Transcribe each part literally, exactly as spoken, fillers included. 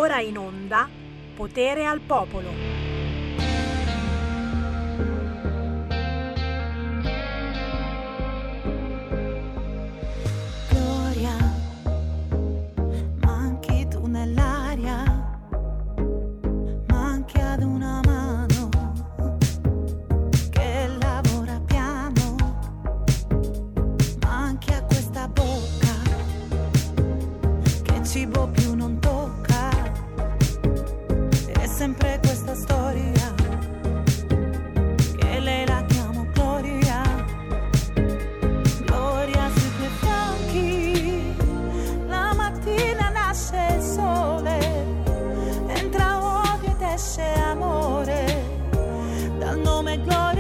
ora in onda Potere al Popolo. Cibo più non tocca, è sempre questa storia, che lei la chiamo Gloria, Gloria sui tuoi fianchi, la mattina nasce il sole, entra odio ed esce amore, dal nome Gloria.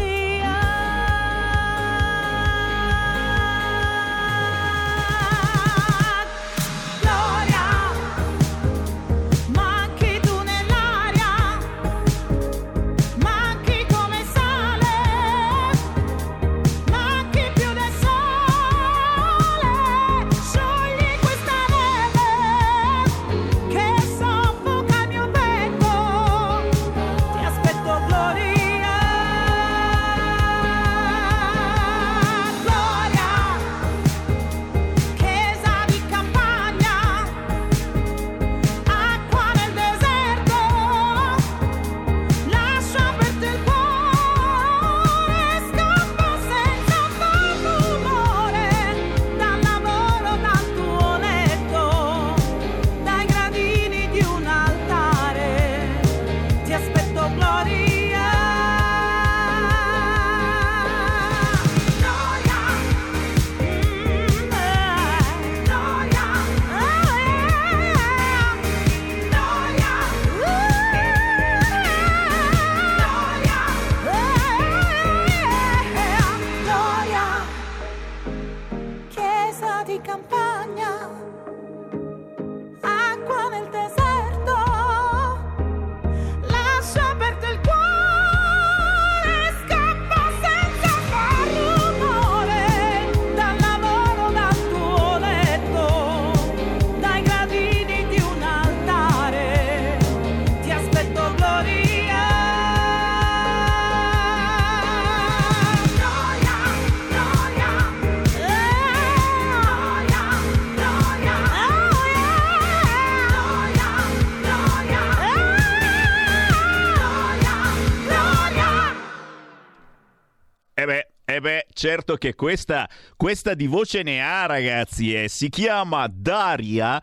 Certo che questa, questa di voce ne ha, ragazzi, eh. Si chiama Daria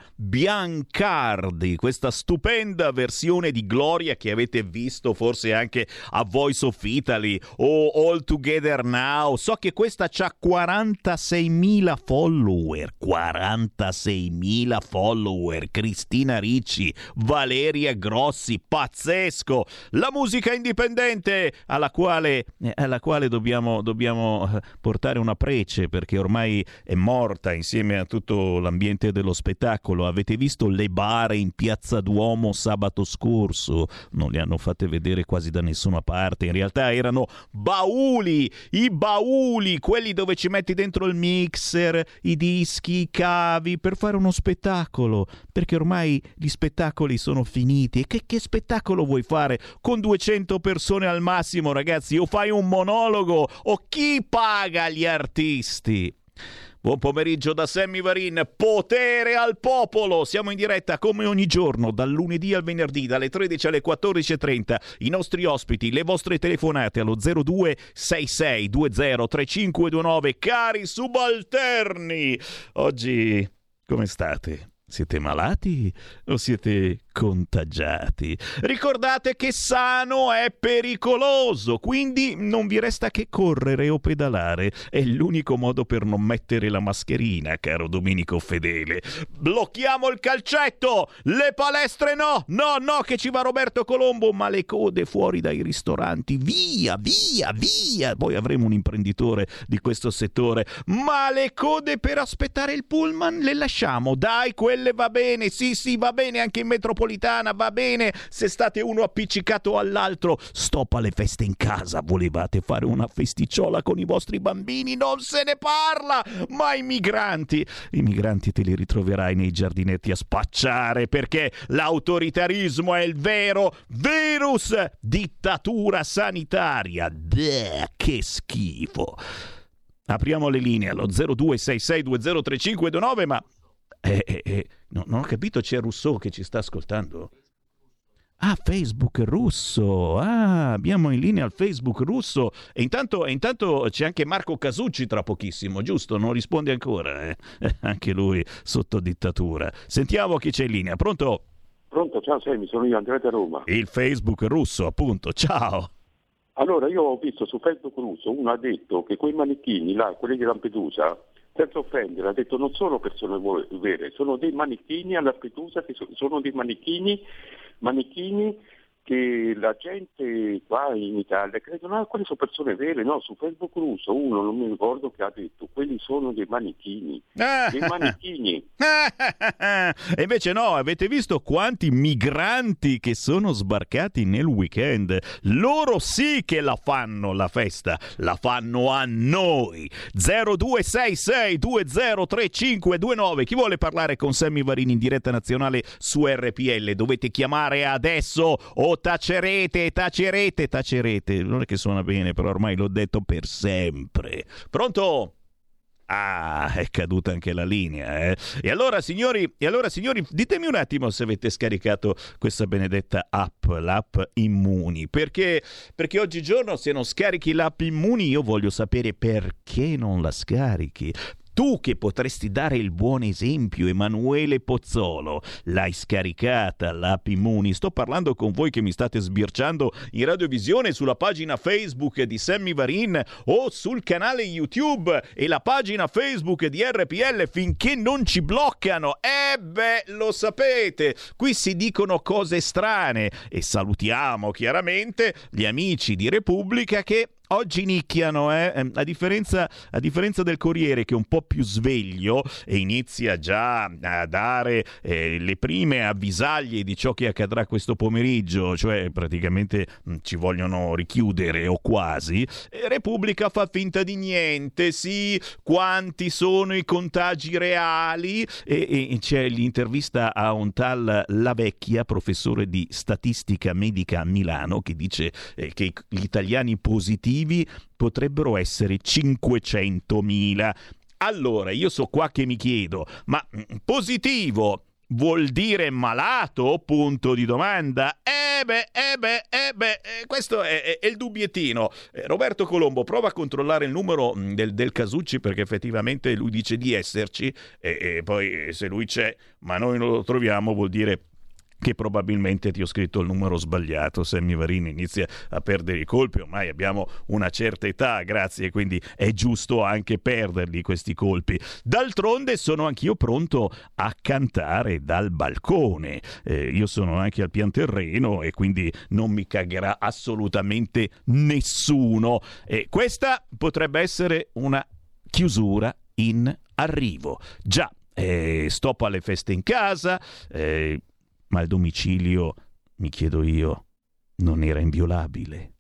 Biancardi, questa stupenda versione di Gloria che avete visto forse anche a Voice of Italy o All Together Now. So che questa c'ha quarantaseimila follower, quarantaseimila follower, Cristina Ricci, Valeria Grossi, pazzesco. La musica indipendente alla quale, eh, alla quale dobbiamo, dobbiamo portare una prece, perché ormai è morta insieme a tutto l'ambiente dello spettacolo. Avete visto le bare in Piazza Duomo sabato scorso? Non le hanno fatte vedere quasi da nessuna parte. In realtà erano bauli, i bauli, quelli dove ci metti dentro il mixer, i dischi, i cavi per fare uno spettacolo, perché ormai gli spettacoli sono finiti. E che, che spettacolo vuoi fare con duecento persone al massimo, ragazzi? O fai un monologo o chi paga gli artisti? Buon pomeriggio da Sammy Varin, Potere al Popolo. Siamo in diretta come ogni giorno, dal lunedì al venerdì, dalle tredici alle quattordici e trenta. I nostri ospiti, le vostre telefonate allo zero due sei sei due zero tre cinque due nove. Cari subalterni, oggi come state? Siete malati o siete contagiati? Ricordate che sano è pericoloso, quindi non vi resta che correre o pedalare. È l'unico modo per non mettere la mascherina, caro Domenico Fedele. Blocchiamo il calcetto, le palestre no, no, no, che ci va Roberto Colombo, ma le code fuori dai ristoranti, via, via, via. Poi avremo un imprenditore di questo settore, ma le code per aspettare il pullman le lasciamo, dai, quelle va bene, sì, sì, va bene anche in metropolitana. metropolitana, va bene se state uno appiccicato all'altro, stop alle feste in casa, volevate fare una festicciola con i vostri bambini, non se ne parla, ma i migranti, i migranti te li ritroverai nei giardinetti a spacciare, perché l'autoritarismo è il vero virus, dittatura sanitaria, Bleh, che schifo. Apriamo le linee allo zero due sei sei due zero tre cinque due nove, ma eh, eh, eh, no, non ho capito, c'è Rousseau che ci sta ascoltando. Ah, Facebook russo, ah, abbiamo in linea il Facebook russo, e intanto, e intanto c'è anche Marco Casucci tra pochissimo, giusto? Non risponde ancora, eh? Anche lui sotto dittatura. Sentiamo chi c'è in linea, pronto? Pronto, ciao Semi, sono io, Andrea da Roma. Il Facebook russo, appunto, ciao. Allora, io ho visto su Facebook russo, uno ha detto che quei manichini là, quelli di Lampedusa, senza offendere, ha detto non sono persone vere, sono dei manichini a Lampedusa, che sono dei manichini, manichini che la gente qua in Italia credono, ah, quelle sono persone vere, no, su Facebook russo uno, non mi ricordo, che ha detto, quelli sono dei manichini, dei manichini. E invece no, avete visto quanti migranti che sono sbarcati nel weekend? Loro sì che la fanno la festa, la fanno a noi. Zero due sei sei due zero tre cinque due nove. Chi vuole parlare con Sammy Varini in diretta nazionale su R P L? Dovete chiamare adesso o tacerete, tacerete, tacerete. Non è che suona bene, però ormai l'ho detto per sempre. Pronto? Ah, è caduta anche la linea, eh? E allora, signori, e allora, signori, ditemi un attimo se avete scaricato questa benedetta app, l'app Immuni, perché, perché oggigiorno se non scarichi l'app Immuni io voglio sapere perché non la scarichi. Tu che potresti dare il buon esempio, Emanuele Pozzolo, l'hai scaricata l'app Immuni? Sto parlando con voi che mi state sbirciando in radiovisione sulla pagina Facebook di Sammy Varin o sul canale YouTube e la pagina Facebook di R P L finché non ci bloccano. Eh beh, lo sapete, qui si dicono cose strane e salutiamo chiaramente gli amici di Repubblica che oggi nicchiano, eh? a, differenza, a differenza del Corriere che è un po' più sveglio e inizia già a dare eh, le prime avvisaglie di ciò che accadrà questo pomeriggio, cioè praticamente mh, ci vogliono richiudere o quasi. E Repubblica fa finta di niente, sì, quanti sono i contagi reali, e, e c'è l'intervista a un tal La Vecchia, professore di statistica medica a Milano, che dice eh, che gli italiani positivi potrebbero essere cinquecentomila. Allora, io so qua che mi chiedo, ma positivo vuol dire malato? Punto di domanda. Eh beh, eh beh, eh beh, eh, questo è, è, è il dubbiettino. Eh, Roberto Colombo, prova a controllare il numero del, del Casucci, perché effettivamente lui dice di esserci, e, e poi se lui c'è, ma noi non lo troviamo, vuol dire che probabilmente ti ho scritto il numero sbagliato. Sammy Varini inizia a perdere i colpi, ormai abbiamo una certa età, grazie, quindi è giusto anche perderli questi colpi. D'altronde sono anch'io pronto a cantare dal balcone, eh, io sono anche al pian terreno e quindi non mi cagherà assolutamente nessuno, e questa potrebbe essere una chiusura in arrivo. Già, eh, stop alle feste in casa, eh, ma il domicilio, mi chiedo io, non era inviolabile?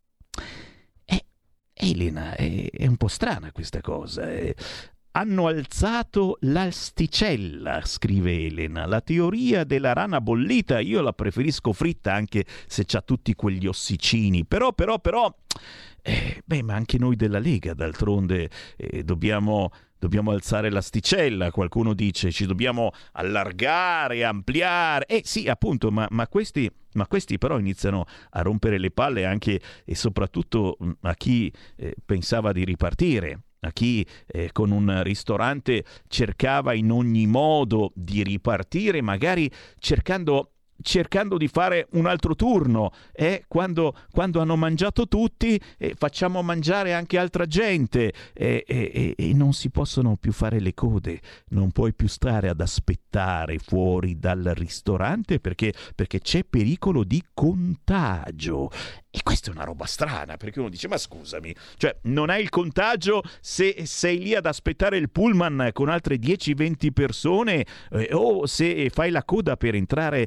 Eh, Elena, è, è un po' strana questa cosa. Eh. Hanno alzato l'asticella, scrive Elena. La teoria della rana bollita io la preferisco fritta, anche se c'ha tutti quegli ossicini. Però, però, però... Eh, beh, ma anche noi della Lega, d'altronde, eh, dobbiamo... Dobbiamo alzare l'asticella, qualcuno dice, ci dobbiamo allargare, ampliare. Eh sì, appunto, ma, ma, questi, ma questi però iniziano a rompere le palle anche e soprattutto a chi eh, pensava di ripartire, a chi eh, con un ristorante cercava in ogni modo di ripartire, magari cercando... cercando di fare un altro turno, eh? quando, quando hanno mangiato tutti eh, facciamo mangiare anche altra gente, eh, eh, e non si possono più fare le code, non puoi più stare ad aspettare fuori dal ristorante perché, perché c'è pericolo di contagio. E questa è una roba strana, perché uno dice, ma scusami, cioè non hai il contagio se sei lì ad aspettare il pullman con altre dieci venti persone, eh, o se fai la coda per entrare a scuola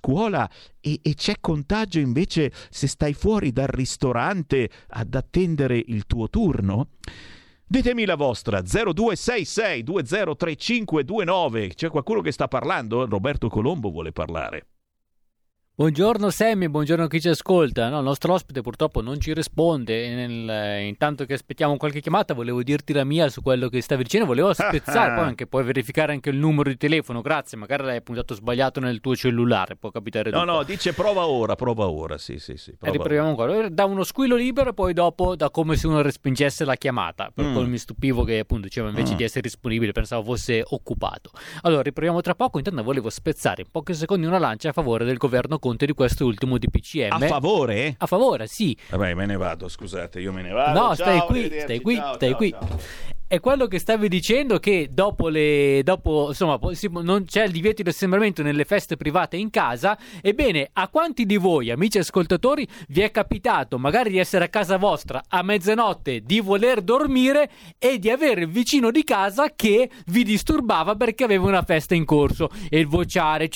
scuola e, e c'è contagio invece se stai fuori dal ristorante ad attendere il tuo turno? Ditemi la vostra, zero due sei sei due zero tre cinque due nove. C'è qualcuno che sta parlando? Roberto Colombo vuole parlare. Buongiorno Sammy, buongiorno a chi ci ascolta. No, il nostro ospite purtroppo non ci risponde. Nel, intanto che aspettiamo qualche chiamata, volevo dirti la mia su quello che stavi dicendo. Volevo spezzare, poi anche puoi verificare anche il numero di telefono. Grazie, magari l'hai puntato sbagliato nel tuo cellulare, può capitare. No, no, dice prova ora, prova ora. Sì, sì, sì. E riproviamo ancora. Da uno squillo libero, poi dopo da come se uno respingesse la chiamata. Per mm. cui mi stupivo che appunto diceva invece mm. di essere disponibile, pensavo fosse occupato. Allora, riproviamo tra poco. Intanto volevo spezzare in pochi secondi una lancia a favore del governo Conte di questo ultimo D P C M. A favore? A favore, sì. Vabbè, me ne vado, scusate, io me ne vado. No, ciao, stai qui, stai qui, ciao, stai ciao, qui. Ciao. È quello che stavi dicendo, che dopo le dopo insomma non c'è il divieto di assembramento nelle feste private in casa. Ebbene, a quanti di voi, amici ascoltatori, vi è capitato magari di essere a casa vostra a mezzanotte, di voler dormire e di avere il vicino di casa che vi disturbava perché aveva una festa in corso, e il vociare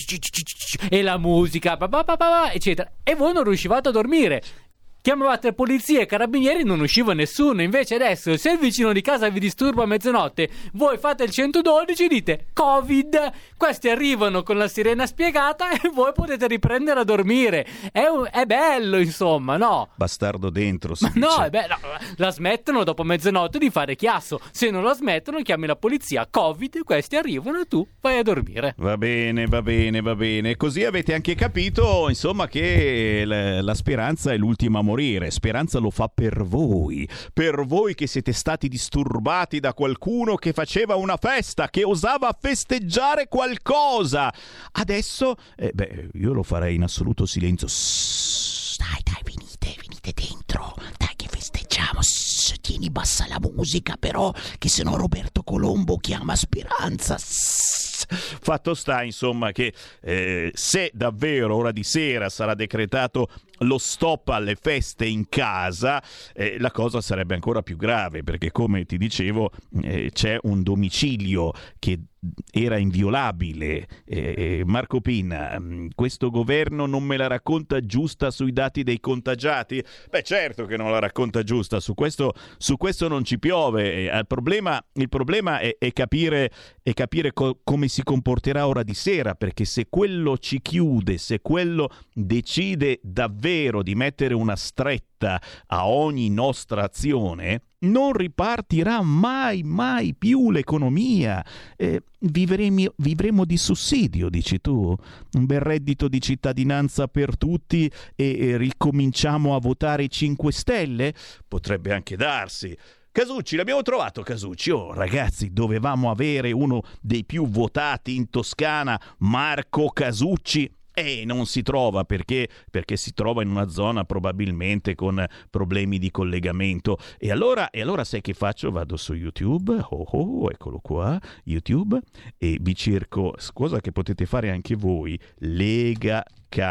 e la musica eccetera, e voi non riuscivate a dormire? Chiamavate polizia e carabinieri, non usciva nessuno. Invece adesso, se il vicino di casa vi disturba a mezzanotte, voi fate il centododici e dite Covid, questi arrivano con la sirena spiegata e voi potete riprendere a dormire. È, un, è bello, insomma, no? Bastardo dentro, si no, dice. è bello. La smettono dopo mezzanotte di fare chiasso. Se non la smettono, chiami la polizia. Covid, questi arrivano e tu vai a dormire. Va bene, va bene, va bene. Così avete anche capito, insomma, che la, la speranza è l'ultima a morire. Speranza lo fa per voi, per voi che siete stati disturbati da qualcuno che faceva una festa, che osava festeggiare qualcosa. Adesso, eh, beh, io lo farei in assoluto silenzio. Shhh, dai, dai, venite, venite dentro, dai che festeggiamo. Shhh, tieni bassa la musica però, che sennò Roberto Colombo chiama Speranza. Shhh. Fatto sta, insomma, che eh, se davvero ora di sera sarà decretato lo stop alle feste in casa, eh, la cosa sarebbe ancora più grave, perché come ti dicevo eh, c'è un domicilio che era inviolabile. eh, Marco Pinna, questo governo non me la racconta giusta sui dati dei contagiati? Beh, certo che non la racconta giusta, su questo, su questo non ci piove. Eh, il problema, il problema è, è capire, è capire co- come si comporterà ora di sera, perché se quello ci chiude, se quello decide davvero di mettere una stretta a ogni nostra azione, non ripartirà mai, mai più l'economia. Eh, vivremo, vivremo di sussidio, dici tu? Un bel reddito di cittadinanza per tutti e, e ricominciamo a votare i cinque Stelle? Potrebbe anche darsi. Casucci, l'abbiamo trovato Casucci. Oh, ragazzi, dovevamo avere uno dei più votati in Toscana, Marco Casucci. E non si trova perché perché si trova in una zona probabilmente con problemi di collegamento. E allora, e allora sai che faccio? Vado su YouTube, oh, oh, eccolo qua, YouTube, e vi cerco, cosa che potete fare anche voi, Lega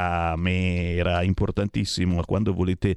Camera, importantissimo quando volete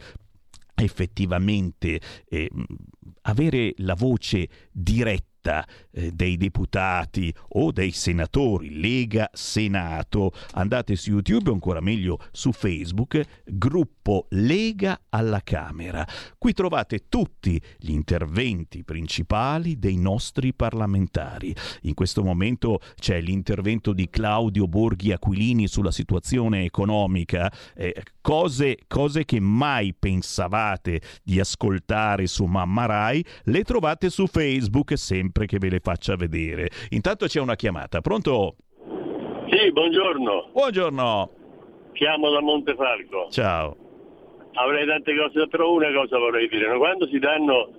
effettivamente eh, avere la voce diretta Eh, dei deputati o dei senatori. Lega Senato. Andate su YouTube o ancora meglio su Facebook, gruppo Lega alla Camera. Qui trovate tutti gli interventi principali dei nostri parlamentari. In questo momento c'è l'intervento di Claudio Borghi Aquilini sulla situazione economica, eh, cose, cose che mai pensavate di ascoltare su Mamma Rai, le trovate su Facebook sempre che ve le faccia vedere. Intanto c'è una chiamata. Pronto? Sì, buongiorno. Buongiorno. Chiamo da Montefalco. Ciao. Avrei tante cose, però una cosa vorrei dire. No? Quando si danno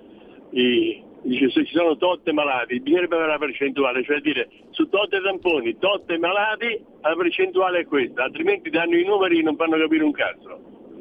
i dice se ci sono totte malati, bisognerebbe avere la percentuale, cioè dire su totte tamponi, totte malati, la percentuale è questa, altrimenti danno i numeri e non fanno capire un cazzo.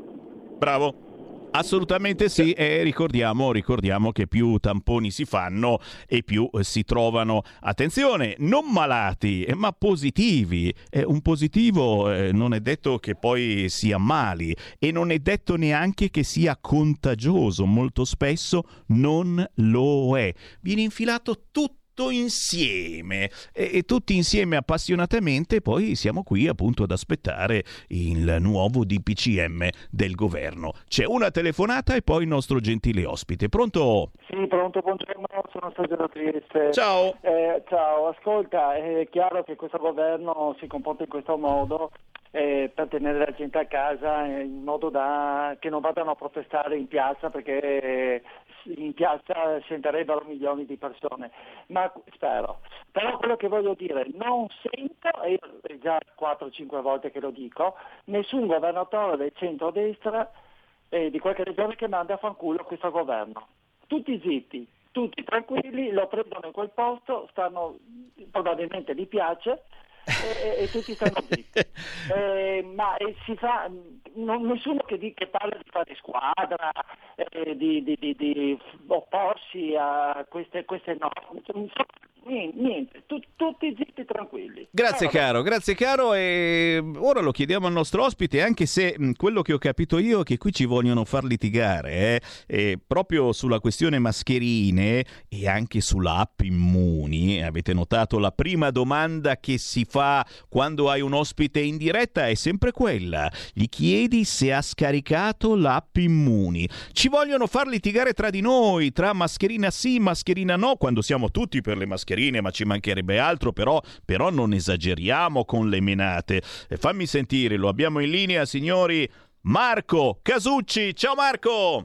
Bravo. Assolutamente sì, e ricordiamo, ricordiamo che più tamponi si fanno e più si trovano, attenzione, non malati, eh, ma positivi. Eh, un positivo eh, non è detto che poi si ammali e non è detto neanche che sia contagioso, molto spesso non lo è. Viene infilato tutto tutto insieme e, e tutti insieme appassionatamente poi siamo qui appunto ad aspettare il nuovo D P C M del governo. C'è una telefonata e poi il nostro gentile ospite. Pronto? Sì, pronto, buongiorno, sono Sergio da Trieste. Ciao. Eh, ciao, ascolta, è chiaro che questo governo si comporta in questo modo eh, per tenere la gente a casa eh, in modo da che non vadano a protestare in piazza, perché eh, in piazza scenderebbero milioni di persone, ma spero. Però quello che voglio dire, non sento, e è già quattro cinque volte che lo dico, nessun governatore del centro-destra eh, di qualche regione che manda a fanculo questo governo. Tutti zitti, tutti tranquilli, lo prendono in quel posto, stanno, probabilmente gli piace, e, e tutti stanno zitti. Eh, ma eh, si fa, non, nessuno che, di, che parla di fare squadra, eh, di, di, di, di opporsi a queste, queste norme, niente, niente. Tut, tutti zitti tranquilli. Grazie allora, caro, grazie caro, e ora lo chiediamo al nostro ospite, anche se mh, quello che ho capito io è che qui ci vogliono far litigare eh, e proprio sulla questione mascherine e anche sulla app Immuni. Avete notato la prima domanda che si fa quando hai un ospite in diretta è sempre quella: gli chiedi se ha scaricato l'app Immuni. Ci vogliono far litigare tra di noi, tra mascherina sì, mascherina no, quando siamo tutti per le mascherine, ma ci mancherebbe altro, però, però non esageriamo con le menate. E fammi sentire, lo abbiamo in linea, signori, Marco Casucci. Ciao Marco!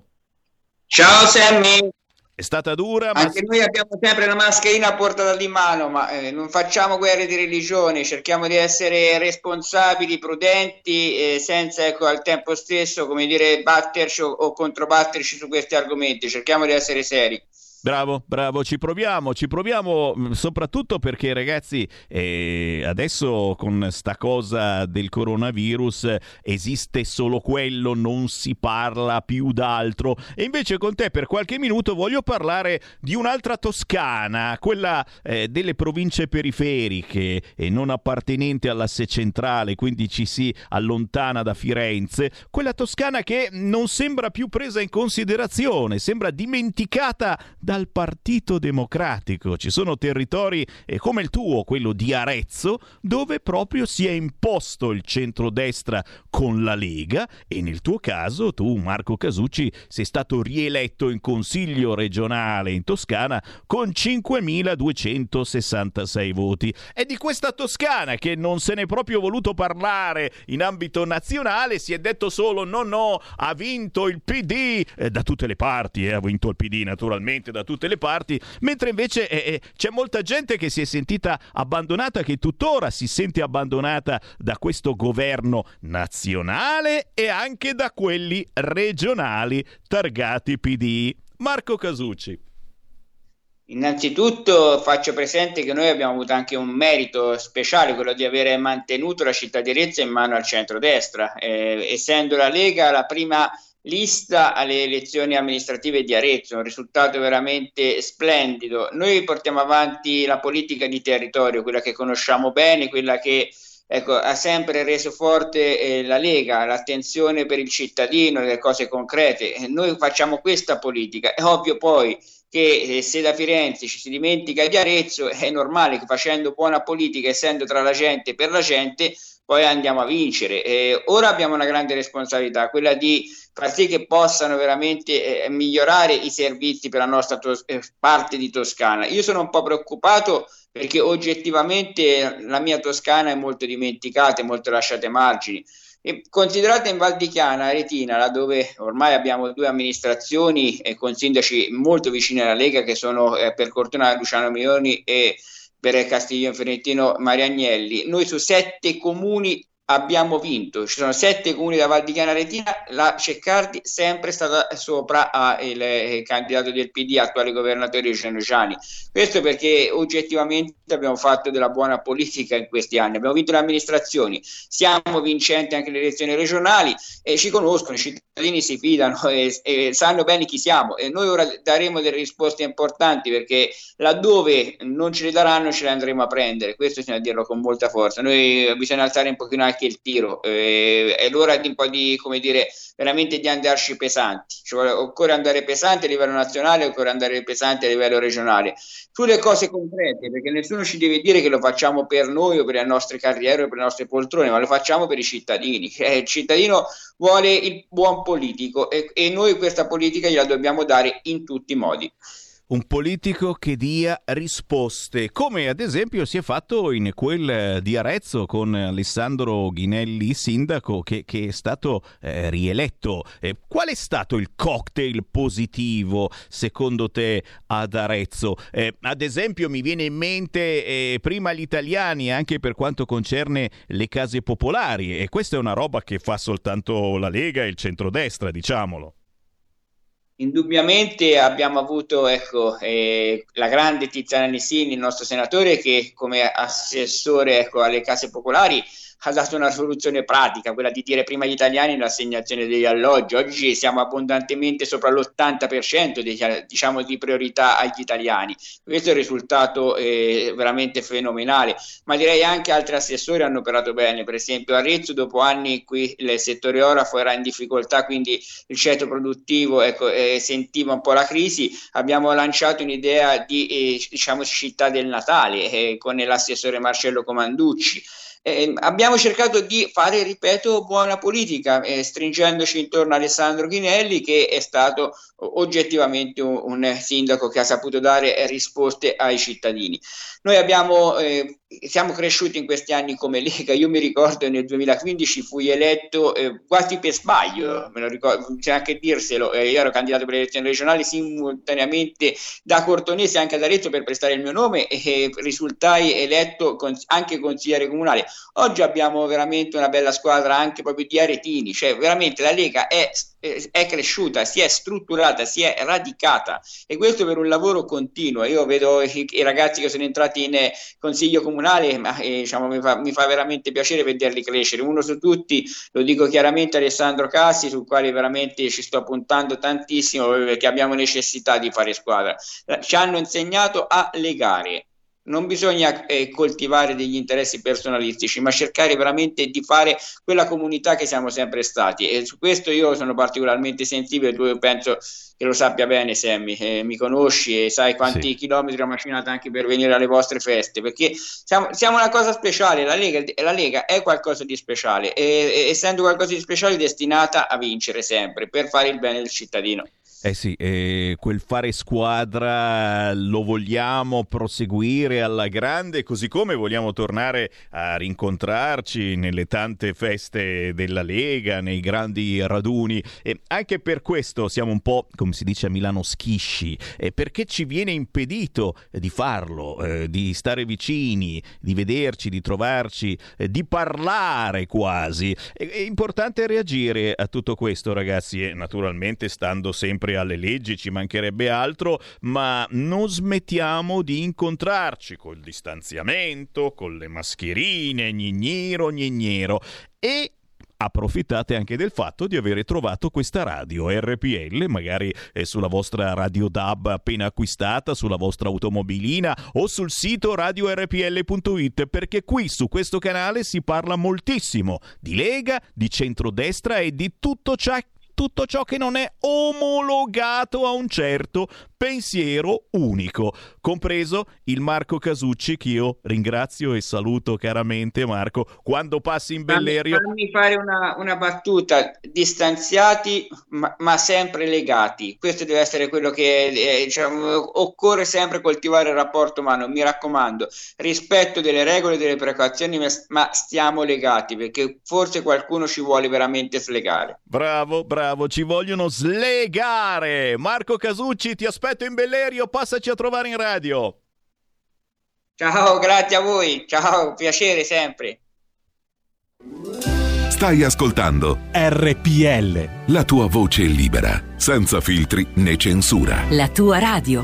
Ciao Sammy! È stata dura, ma... Anche noi abbiamo sempre la mascherina a portata di mano, ma eh, non facciamo guerre di religione, cerchiamo di essere responsabili, prudenti, eh, senza ecco, al tempo stesso, come dire, batterci o, o controbatterci su questi argomenti, cerchiamo di essere seri. Bravo, bravo, ci proviamo, ci proviamo soprattutto perché ragazzi eh, adesso con sta cosa del coronavirus esiste solo quello, non si parla più d'altro, e invece con te per qualche minuto voglio parlare di un'altra Toscana, quella eh, delle province periferiche e non appartenente all'asse centrale, quindi ci si allontana da Firenze, quella Toscana che non sembra più presa in considerazione, sembra dimenticata dal Partito Democratico. Ci sono territori eh, come il tuo, quello di Arezzo, dove proprio si è imposto il centrodestra con la Lega, e nel tuo caso tu, Marco Casucci, sei stato rieletto in consiglio regionale in Toscana con cinquemiladuecentosessantasei voti. È di questa Toscana che non se n'è proprio voluto parlare in ambito nazionale, si è detto solo no no, ha vinto il P D, eh, da tutte le parti, eh, ha vinto il P D naturalmente da tutte le parti, mentre invece eh, eh, c'è molta gente che si è sentita abbandonata, che tuttora si sente abbandonata da questo governo nazionale e anche da quelli regionali targati P D. Marco Casucci. Innanzitutto faccio presente che noi abbiamo avuto anche un merito speciale, quello di avere mantenuto la città di Arezzo in mano al centrodestra, eh, essendo la Lega la prima lista alle elezioni amministrative di Arezzo, un risultato veramente splendido. Noi portiamo avanti la politica di territorio, quella che conosciamo bene, quella che ecco, ha sempre reso forte eh, la Lega, l'attenzione per il cittadino, le cose concrete. Noi facciamo questa politica. È ovvio poi che eh, se da Firenze ci si dimentica di Arezzo, è normale che facendo buona politica, essendo tra la gente e per la gente, poi andiamo a vincere. Eh, ora abbiamo una grande responsabilità, quella di far sì che possano veramente eh, migliorare i servizi per la nostra tos- eh, parte di Toscana. Io sono un po' preoccupato perché oggettivamente la mia Toscana è molto dimenticata, è molto lasciata ai margini. E considerate in Val di Chiana, Retina, là dove ormai abbiamo due amministrazioni e con sindaci molto vicini alla Lega, che sono eh, per fortuna Luciano Mioni e per Castiglione Fiorentino Maria Agnelli, noi su sette comuni abbiamo vinto, ci sono sette comuni da Val di Chiana Retina, la Ceccardi sempre stata sopra a il, il candidato del P D, attuale governatore Luciano Ciani. Questo perché oggettivamente abbiamo fatto della buona politica in questi anni, abbiamo vinto le amministrazioni, siamo vincenti anche le elezioni regionali e ci conoscono, i cittadini si fidano e, e sanno bene chi siamo, e noi ora daremo delle risposte importanti, perché laddove non ce le daranno ce le andremo a prendere, questo bisogna dirlo con molta forza. Noi bisogna alzare un pochino anche anche il tiro. Eh, è l'ora di un po' di, come dire, veramente di andarci pesanti, cioè, occorre andare pesante a livello nazionale, occorre andare pesante a livello regionale, sulle cose concrete, perché nessuno ci deve dire che lo facciamo per noi o per le nostre carriere o per le nostre poltrone, ma lo facciamo per i cittadini. Eh, il cittadino vuole il buon politico e, e noi questa politica gliela dobbiamo dare in tutti i modi. Un politico che dia risposte, come ad esempio si è fatto in quel di Arezzo con Alessandro Ghinelli, sindaco, che, che è stato eh, rieletto. Eh, qual è stato il cocktail positivo secondo te ad Arezzo? Eh, ad esempio mi viene in mente eh, prima gli italiani anche per quanto concerne le case popolari, e questa è una roba che fa soltanto la Lega e il centrodestra, diciamolo. Indubbiamente abbiamo avuto ecco, eh, la grande Tiziana Nissini, il nostro senatore, che come assessore ecco, alle case popolari ha dato una soluzione pratica, quella di dire prima agli italiani l'assegnazione degli alloggi. Oggi siamo abbondantemente sopra l'ottanta per cento degli, diciamo, di priorità agli italiani. Questo è un risultato eh, veramente fenomenale, ma direi anche altri assessori hanno operato bene. Per esempio Arezzo, dopo anni in cui il settore orafo era in difficoltà, quindi il ceto produttivo ecco, eh, sentiva un po' la crisi, abbiamo lanciato un'idea di eh, diciamo, città del Natale eh, con l'assessore Marcello Comanducci. Eh, abbiamo cercato di fare, ripeto, buona politica, eh, stringendoci intorno a Alessandro Ghinelli, che è stato oggettivamente un, un sindaco che ha saputo dare risposte ai cittadini. Noi abbiamo, eh, siamo cresciuti in questi anni come Lega. Io mi ricordo nel duemilaquindici fui eletto eh, quasi per sbaglio, me lo ricordo, c'è anche dirselo, eh, io ero candidato per le elezioni regionali simultaneamente da Cortonese anche ad Arezzo per prestare il mio nome e eh, risultai eletto con, anche consigliere comunale. Oggi abbiamo veramente una bella squadra anche proprio di aretini, cioè veramente la Lega è, è cresciuta, si è strutturata, si è radicata, e questo per un lavoro continuo. Io vedo i, i ragazzi che sono entrati in eh, consiglio comunale, ma eh, diciamo, mi, fa, mi fa veramente piacere vederli crescere. Uno su tutti, lo dico chiaramente, Alessandro Cassi, sul quale veramente ci sto puntando tantissimo, perché abbiamo necessità di fare squadra. Ci hanno insegnato a legare. Non bisogna eh, coltivare degli interessi personalistici, ma cercare veramente di fare quella comunità che siamo sempre stati, e su questo io sono particolarmente sensibile. Tu penso che lo sappia bene, Sammy, eh, mi conosci e sai quanti sì. chilometri ho macinato anche per venire alle vostre feste, perché siamo, siamo una cosa speciale. La Lega, la Lega è qualcosa di speciale e, e essendo qualcosa di speciale destinata a vincere sempre per fare il bene del cittadino. Eh sì, eh, quel fare squadra lo vogliamo proseguire alla grande, così come vogliamo tornare a rincontrarci nelle tante feste della Lega, nei grandi raduni, e anche per questo siamo un po', come si dice a Milano, schisci, eh, perché ci viene impedito di farlo, eh, di stare vicini, di vederci, di trovarci, eh, di parlare quasi. È, è importante reagire a tutto questo, ragazzi, e naturalmente stando sempre alle leggi, ci mancherebbe altro, ma non smettiamo di incontrarci col distanziamento, con le mascherine, gnignero, gnignero, e approfittate anche del fatto di avere trovato questa radio R P L, magari eh, sulla vostra radio D A B appena acquistata, sulla vostra automobilina o sul sito radio r p l punto i t, perché qui su questo canale si parla moltissimo di Lega, di centrodestra e di tutto ciò tutto ciò che non è omologato a un certo pensiero unico, compreso il Marco Casucci, che io ringrazio e saluto caramente. Marco, quando passi in Bellerio... Fammi fare una, una battuta: distanziati ma, ma sempre legati. Questo deve essere quello che eh, diciamo, occorre sempre coltivare il rapporto umano. Mi raccomando, rispetto delle regole e delle precauzioni, ma stiamo legati, perché forse qualcuno ci vuole veramente slegare. Bravo, bravo, ci vogliono slegare. Marco Casucci, ti aspetto in Bellerio, passaci a trovare in radio. Ciao, grazie a voi, ciao, piacere sempre. Stai ascoltando R P L, la tua voce libera, senza filtri né censura. La tua radio.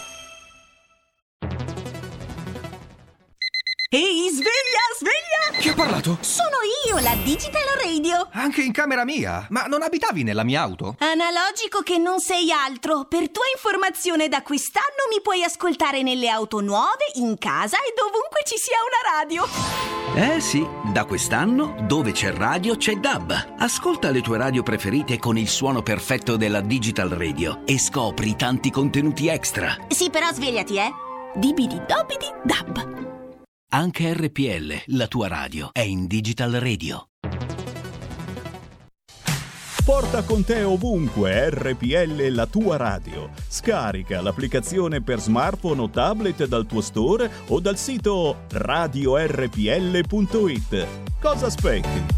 Ehi, sveglia, sveglia! Che ha parlato? Sono io, la Digital Radio. Anche in camera mia? Ma non abitavi nella mia auto? Analogico che non sei altro. Per tua informazione, da quest'anno mi puoi ascoltare nelle auto nuove, in casa e dovunque ci sia una radio. Eh sì, da quest'anno dove c'è radio c'è D A B. Ascolta le tue radio preferite con il suono perfetto della Digital Radio e scopri tanti contenuti extra. Sì, però svegliati, eh. Dibidi dobidi D A B. Anche R P L, la tua radio, è in Digital Radio. Porta con te ovunque R P L, la tua radio. Scarica l'applicazione per smartphone o tablet dal tuo store o dal sito radio r p l punto i t. Cosa aspetti?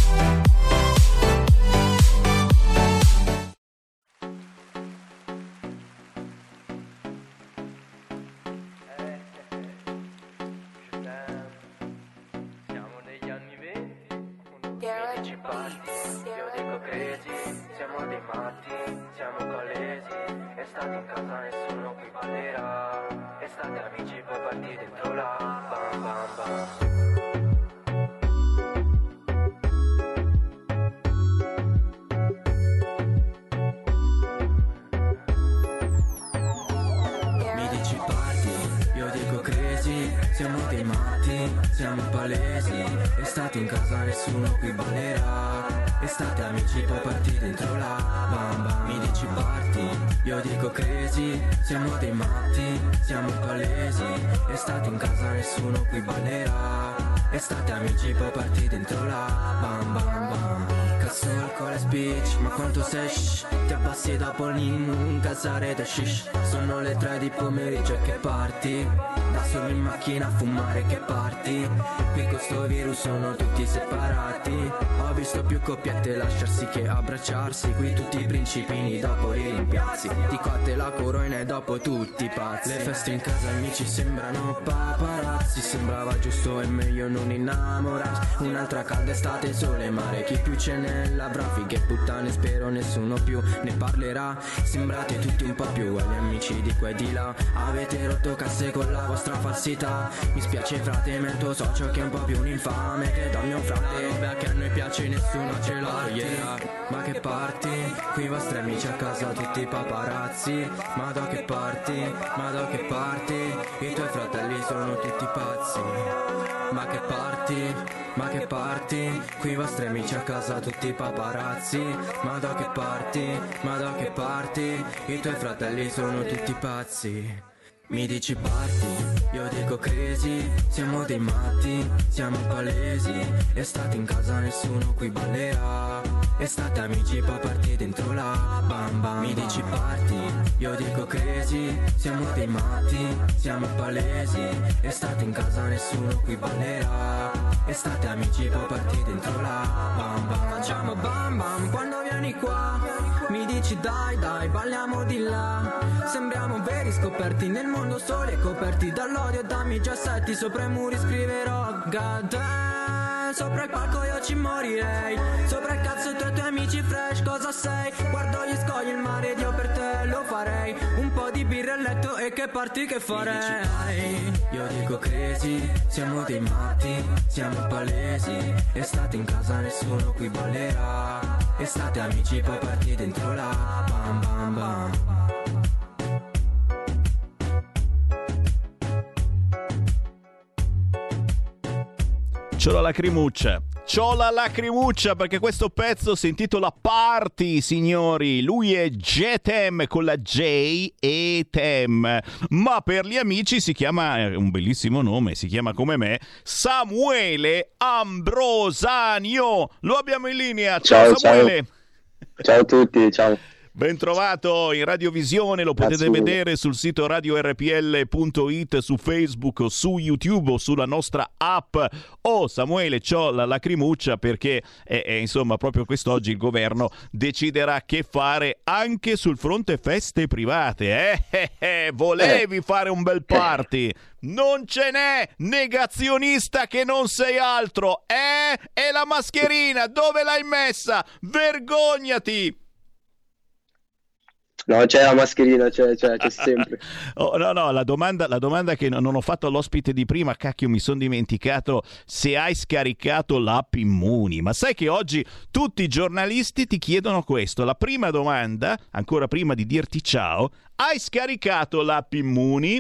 Siamo dei matti, siamo palesi. Estate in casa, nessuno qui ballerà. Estate amici, poi parti dentro la bamba. Mi dici parti, io dico crazy. Siamo dei matti, siamo palesi. Estate in casa, nessuno qui ballerà. Estate amici, poi parti dentro la bamba, bamba. Cazzo, alcol e speech, ma quanto sei shh. Ti abbassi dopo in casare da shish. Sono le tre di pomeriggio e che parti. Da solo in macchina a fumare che parti. Qui con sto virus sono tutti separati. Ho visto più coppiette lasciarsi che abbracciarsi. Qui tutti i principini dopo i rimpiazzi. Di qua te la corona e dopo tutti pazzi. Le feste in casa amici sembrano paparazzi. Sembrava giusto e meglio non innamorarsi. Un'altra calda estate, sole, mare. Chi più ce ne l'avrà? Fighe puttane, spero nessuno più ne parlerà. Sembrate tutti un po' più uguali amici di qua e di là. Avete rotto casse con la vostra falsità. Mi spiace frate, ma il tuo socio che è un po' più un infame. Credo al mio frate, beh, che a noi piace nessuno ce lo toglierà. Ma che parti, qui i vostri amici a casa tutti paparazzi. Ma da che parti, ma da che parti, i tuoi fratelli sono tutti pazzi. Ma che parti, ma che parti, qui i vostri amici a casa tutti paparazzi. Ma da che parti, ma da che parti, i tuoi fratelli sono tutti pazzi. Mi dici parti, io dico crazy. Siamo dei matti, siamo palesi. Estate in casa, nessuno qui ballerà. Estate amici, poi parti dentro la bamba. Mi dici parti, io dico crazy. Siamo dei matti, siamo palesi. Estate in casa, nessuno qui ballerà. Estate amici, poi parti dentro la bamba. Facciamo bam bam quando vieni qua. Mi dici dai dai, balliamo di là. Sembriamo veri scoperti nel mondo sole, coperti dall'odio, dammi già setti. Sopra i muri scriverò God damn. Sopra il palco io ci morirei. Sopra il cazzo tu e i tuoi amici fresh, cosa sei? Guardo gli scogli, il mare ed io per te lo farei. Un po' di birra a letto e che parti che farei. Io dico crazy, siamo dei matti, siamo palesi. Estate in casa, nessuno qui ballerà. Estate amici, poi parti dentro la bam bam bam. C'ho la lacrimuccia, c'ho la lacrimuccia perché questo pezzo si intitola Party, signori. Lui è Jetem con la J e Tem, ma per gli amici si chiama, è un bellissimo nome, si chiama come me, Samuele Ambrosanio. Lo abbiamo in linea. Ciao, ciao Samuele. Ciao. Ciao a tutti, ciao. Ben trovato in radiovisione, lo potete Grazie. vedere sul sito radio r p l punto i t, su Facebook o su YouTube o sulla nostra app. Oh Samuele, c'ho la lacrimuccia perché eh, eh, insomma proprio quest'oggi il governo deciderà che fare anche sul fronte feste private. Eh, eh, eh volevi eh. fare un bel party? Non ce n'è, negazionista che non sei altro. Eh? E la mascherina dove l'hai messa? Vergognati! No, c'è la mascherina, c'è, c'è, c'è sempre. Oh, no, no, la domanda, la domanda che non ho fatto all'ospite di prima, cacchio, mi sono dimenticato se hai scaricato l'app Immuni. Ma sai che oggi tutti i giornalisti ti chiedono questo. La prima domanda, ancora prima di dirti ciao, hai scaricato l'app Immuni?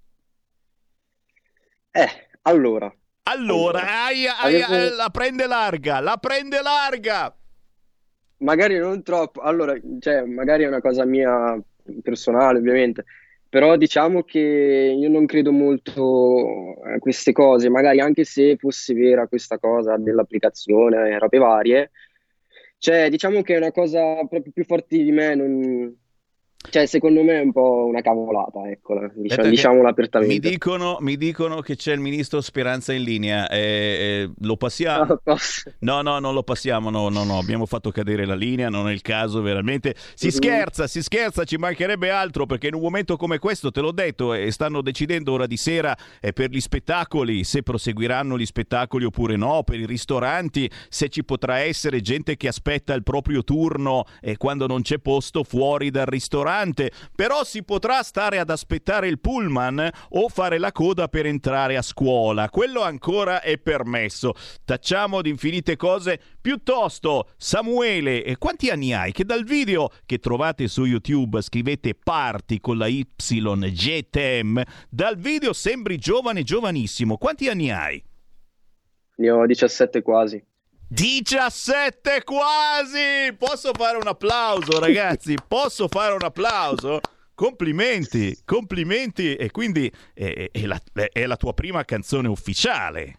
Eh, allora. Allora, allora. Ai, ai, Avevo... ai, la prende larga, la prende larga! Magari non troppo, allora, cioè, magari è una cosa mia personale, ovviamente, però diciamo che io non credo molto a queste cose, magari anche se fosse vera questa cosa dell'applicazione e robe varie, cioè, diciamo che è una cosa proprio più forte di me, non... Cioè, secondo me è un po' una cavolata, eccola, diciamo, diciamola apertamente. Mi dicono, mi dicono che c'è il ministro Speranza in linea, eh, eh, lo passiamo? No, posso. no, no, non lo passiamo, no, no, no, abbiamo fatto cadere la linea, non è il caso, veramente. Si Mm-hmm. scherza, si scherza, ci mancherebbe altro, perché in un momento come questo, te l'ho detto, eh, stanno decidendo ora di sera eh, per gli spettacoli, se proseguiranno gli spettacoli oppure no, per i ristoranti, se ci potrà essere gente che aspetta il proprio turno eh, quando non c'è posto fuori dal ristorante. Però si potrà stare ad aspettare il pullman o fare la coda per entrare a scuola. Quello ancora è permesso. Tacciamo di infinite cose. Piuttosto, Samuele, e quanti anni hai? Che dal video che trovate su YouTube, scrivete Party con la Y G T M, dal video sembri giovane, giovanissimo. Quanti anni hai? Ne ho diciassette quasi. diciassette quasi! Posso fare un applauso, ragazzi? Posso fare un applauso? Complimenti, complimenti. E quindi è, è, la, è la tua prima canzone ufficiale.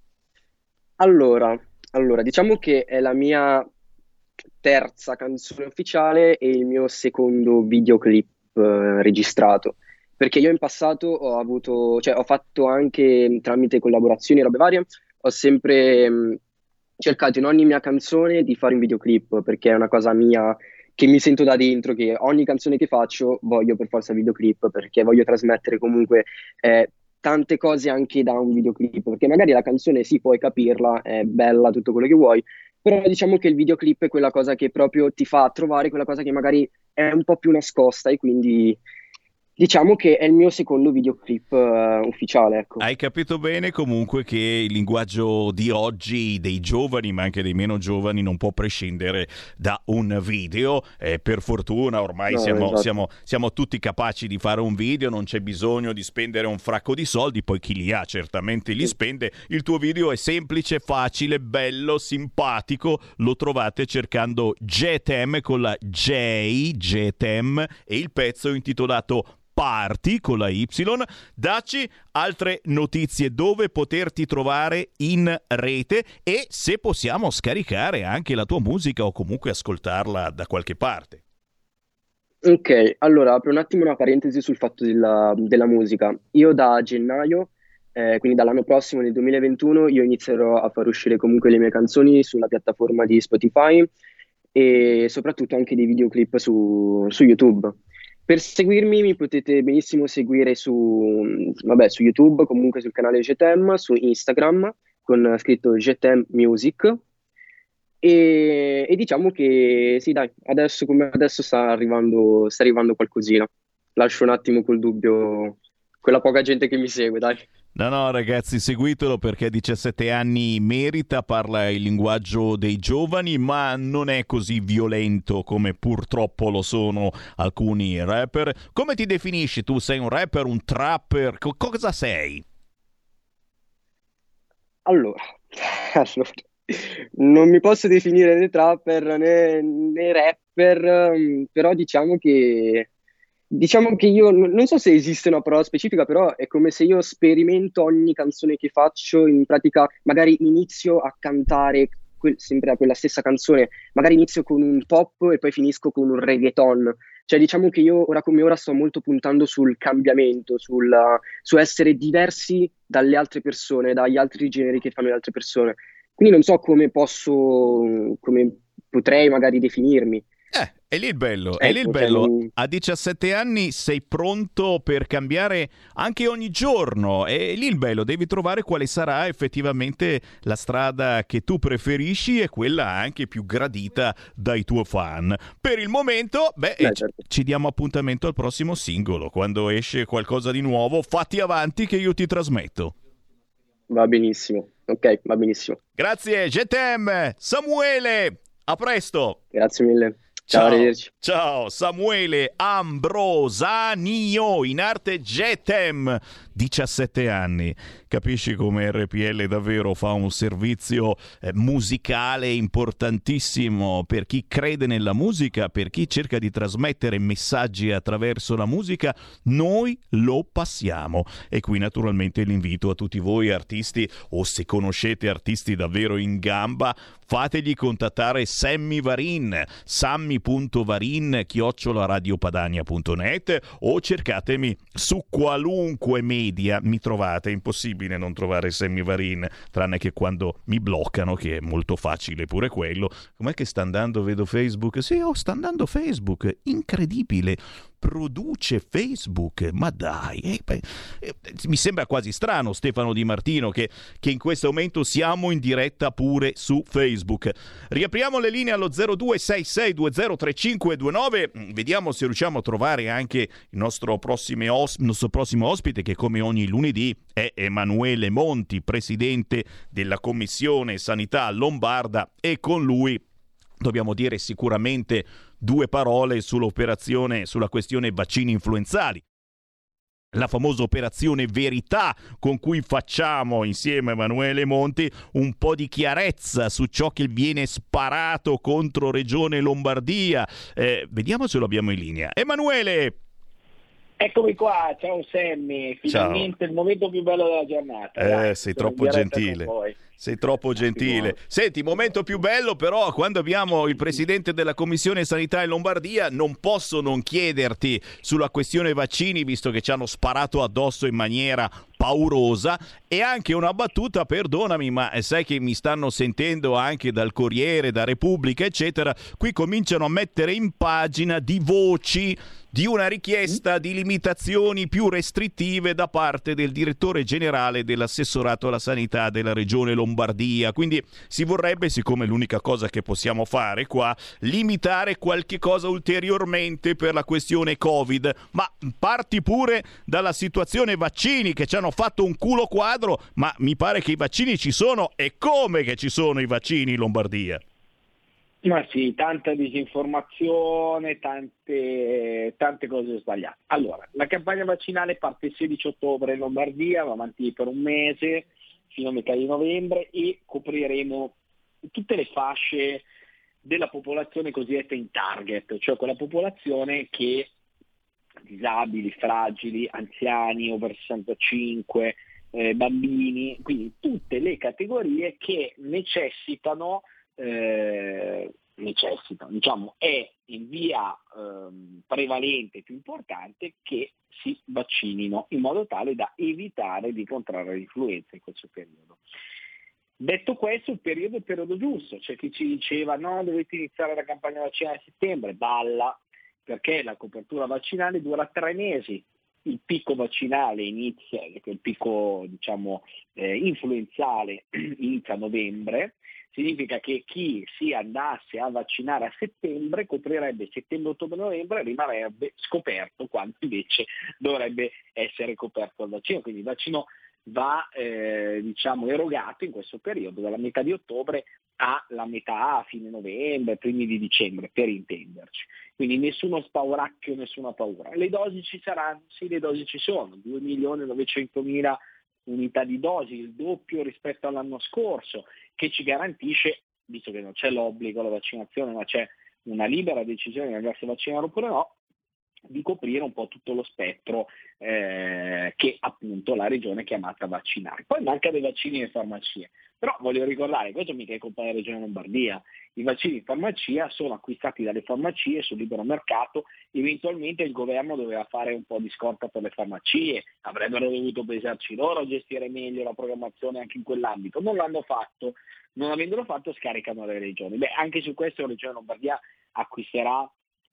Allora, allora, diciamo che è la mia terza canzone ufficiale e il mio secondo videoclip eh, registrato. Perché io in passato ho avuto, cioè ho fatto anche tramite collaborazioni e robe varie, ho sempre... Mh, cercato in ogni mia canzone di fare un videoclip, perché è una cosa mia che mi sento da dentro, che ogni canzone che faccio voglio per forza videoclip, perché voglio trasmettere comunque eh, tante cose anche da un videoclip, perché magari la canzone sì, puoi capirla, è bella, tutto quello che vuoi, però diciamo che il videoclip è quella cosa che proprio ti fa trovare quella cosa che magari è un po' più nascosta, e quindi diciamo che è il mio secondo videoclip uh, ufficiale, ecco. Hai capito bene comunque che il linguaggio di oggi dei giovani, ma anche dei meno giovani, non può prescindere da un video. Eh, per fortuna ormai No, siamo, esatto. siamo, siamo tutti capaci di fare un video, non c'è bisogno di spendere un fracco di soldi, poi chi li ha certamente li spende. Il tuo video è semplice, facile, bello, simpatico, lo trovate cercando G T M con la J, G T M, e il pezzo intitolato Party con la Y. Dacci altre notizie, dove poterti trovare in rete e se possiamo scaricare anche la tua musica o comunque ascoltarla da qualche parte. Ok, allora apro un attimo una parentesi sul fatto della, della musica. Io da gennaio, eh, quindi dall'anno prossimo, nel duemilaventuno, io inizierò a far uscire comunque le mie canzoni sulla piattaforma di Spotify e soprattutto anche dei videoclip su, su YouTube. Per seguirmi mi potete benissimo seguire su, vabbè, su YouTube, comunque sul canale G T M, su Instagram con scritto G T M Music e, e diciamo che sì, dai, adesso come adesso sta arrivando, sta arrivando qualcosina. Lascio un attimo col dubbio quella poca gente che mi segue, dai. No, no, ragazzi, seguitelo perché a diciassette anni merita, parla il linguaggio dei giovani, ma non è così violento come purtroppo lo sono alcuni rapper. Come ti definisci? Tu sei un rapper, un trapper? Co- cosa sei? Allora, allora, non mi posso definire né trapper né, né rapper, però diciamo che... Diciamo che io non so se esiste una parola specifica, però è come se io sperimento ogni canzone che faccio, in pratica magari inizio a cantare que- sempre a quella stessa canzone, magari inizio con un pop e poi finisco con un reggaeton. Cioè diciamo che io ora come ora sto molto puntando sul cambiamento, sul, su essere diversi dalle altre persone, dagli altri generi che fanno le altre persone. Quindi non so come posso, come potrei magari definirmi. Eh, È lì il bello, è lì il Ecco, cioè, bello. non- A diciassette anni sei pronto per cambiare anche ogni giorno. È lì il bello, devi trovare quale sarà effettivamente la strada che tu preferisci e quella anche più gradita dai tuoi fan. Per il momento, beh, Beh, ci- certo. ci diamo appuntamento al prossimo singolo. Quando esce qualcosa di nuovo, fatti avanti che io ti trasmetto. Va benissimo. Ok, va benissimo. Grazie, Getem, Samuele, a presto. Grazie mille. Ciao, arrivederci. Ciao, Samuele Ambrosanio, in arte Getem, diciassette anni. Capisci come R P L davvero fa un servizio eh, musicale importantissimo per chi crede nella musica, per chi cerca di trasmettere messaggi attraverso la musica. Noi lo passiamo. E qui naturalmente l'invito a tutti voi artisti, o se conoscete artisti davvero in gamba, fategli contattare Sammy Varin, sammy.varin chiocciola radiopadania punto net, o cercatemi su qualunque media mi trovate. È impossibile non trovare Sammy Varin, tranne che quando mi bloccano, che è molto facile pure quello. Com'è che sta andando? Vedo Facebook. Sì, oh, sta andando Facebook, incredibile. Produce Facebook, ma dai, eh, beh, eh, mi sembra quasi strano, Stefano Di Martino, che, che in questo momento siamo in diretta pure su Facebook. Riapriamo le linee allo zero due sei sei due zero tre cinque due nove, vediamo se riusciamo a trovare anche il nostro prossimo, os- nostro prossimo ospite, che come ogni lunedì è Emanuele Monti, presidente della Commissione Sanità Lombarda, e con lui dobbiamo dire sicuramente due parole sull'operazione, sulla questione vaccini influenzali. La famosa operazione Verità, con cui facciamo insieme a Emanuele Monti un po' di chiarezza su ciò che viene sparato contro Regione Lombardia. Eh, vediamo se lo abbiamo in linea. Emanuele! Eccomi qua, ciao Sammy, finalmente Ciao. Il momento più bello della giornata. Eh, Dai, sei sono in troppo diretta gentile. con voi. Sei troppo gentile. Senti, momento più bello però, quando abbiamo il presidente della Commissione Sanità in Lombardia, non posso non chiederti sulla questione vaccini, visto che ci hanno sparato addosso in maniera paurosa, e anche una battuta, perdonami, ma sai che mi stanno sentendo anche dal Corriere, da Repubblica, eccetera. Qui cominciano a mettere in pagina di voci di una richiesta di limitazioni più restrittive da parte del direttore generale dell'assessorato alla sanità della regione Lombardia. Quindi si vorrebbe, siccome è l'unica cosa che possiamo fare qua, limitare qualche cosa ulteriormente per la questione Covid. Ma parti pure dalla situazione vaccini, che ci hanno fatto un culo quadro, ma mi pare che i vaccini ci sono, e come che ci sono i vaccini in Lombardia? Ma sì, tanta disinformazione, tante, tante cose sbagliate. Allora, la campagna vaccinale parte il sedici ottobre in Lombardia, va avanti per un mese, fino a metà di novembre, e copriremo tutte le fasce della popolazione cosiddetta in target, cioè quella popolazione che disabili, fragili, anziani, over sessantacinque, eh, bambini, quindi tutte le categorie che necessitano Eh, necessitano, diciamo, è in via ehm, prevalente, più importante, che si vaccinino in modo tale da evitare di contrarre l'influenza in questo periodo. Detto questo, il periodo è il periodo giusto. C'è chi ci diceva no, dovete iniziare la campagna vaccinale a settembre, balla, perché la copertura vaccinale dura tre mesi. Il picco vaccinale inizia, il picco diciamo eh, influenzale inizia a novembre. Significa che chi si andasse a vaccinare a settembre coprirebbe settembre, ottobre, novembre, e rimarrebbe scoperto quando invece dovrebbe essere coperto dal vaccino. Quindi il vaccino va eh, diciamo erogato in questo periodo, dalla metà di ottobre alla metà, a fine novembre, primi di dicembre, per intenderci. Quindi nessuno spauracchio, nessuna paura. Le dosi ci saranno? Sì, le dosi ci sono, due milioni novecentomila unità di dosi, il doppio rispetto all'anno scorso, che ci garantisce, visto che non c'è l'obbligo alla vaccinazione, ma c'è una libera decisione di andarsi a vaccinare oppure no, di coprire un po' tutto lo spettro eh, che appunto la regione è chiamata a vaccinare. Poi manca dei vaccini in farmacie, però voglio ricordare, questo mica è colpa della regione Lombardia, i vaccini in farmacia sono acquistati dalle farmacie sul libero mercato, eventualmente il governo doveva fare un po' di scorta per le farmacie, avrebbero dovuto pensarci loro a gestire meglio la programmazione anche in quell'ambito, non l'hanno fatto, non avendolo fatto scaricano le regioni. Beh, anche su questo la regione Lombardia acquisterà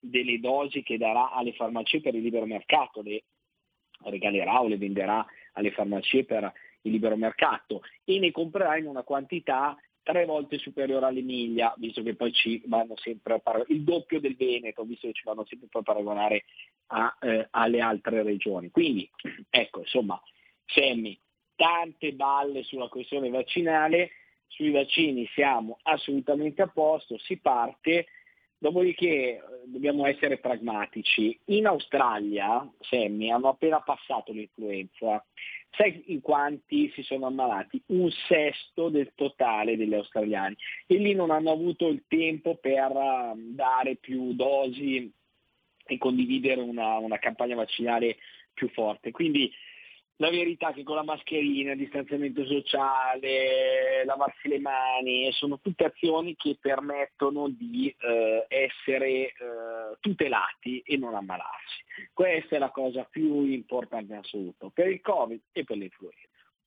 delle dosi che darà alle farmacie per il libero mercato, le regalerà o le venderà alle farmacie per il libero mercato, e ne comprerà in una quantità tre volte superiore all'Emilia, visto che poi ci vanno sempre a par- il doppio del Veneto, visto che ci vanno sempre a paragonare a, eh, alle altre regioni. Quindi ecco, insomma, Sammy, tante balle sulla questione vaccinale, sui vaccini siamo assolutamente a posto, si parte. Dopodiché dobbiamo essere pragmatici. In Australia, Sammy, hanno appena passato l'influenza. Sai in quanti si sono ammalati? Un sesto del totale degli australiani. E lì non hanno avuto il tempo per dare più dosi e condividere una, una campagna vaccinale più forte. Quindi la verità è che con la mascherina, il distanziamento sociale, lavarsi le mani, sono tutte azioni che permettono di eh, essere eh, tutelati e non ammalarsi. Questa è la cosa più importante in assoluto per il Covid e per l'influenza.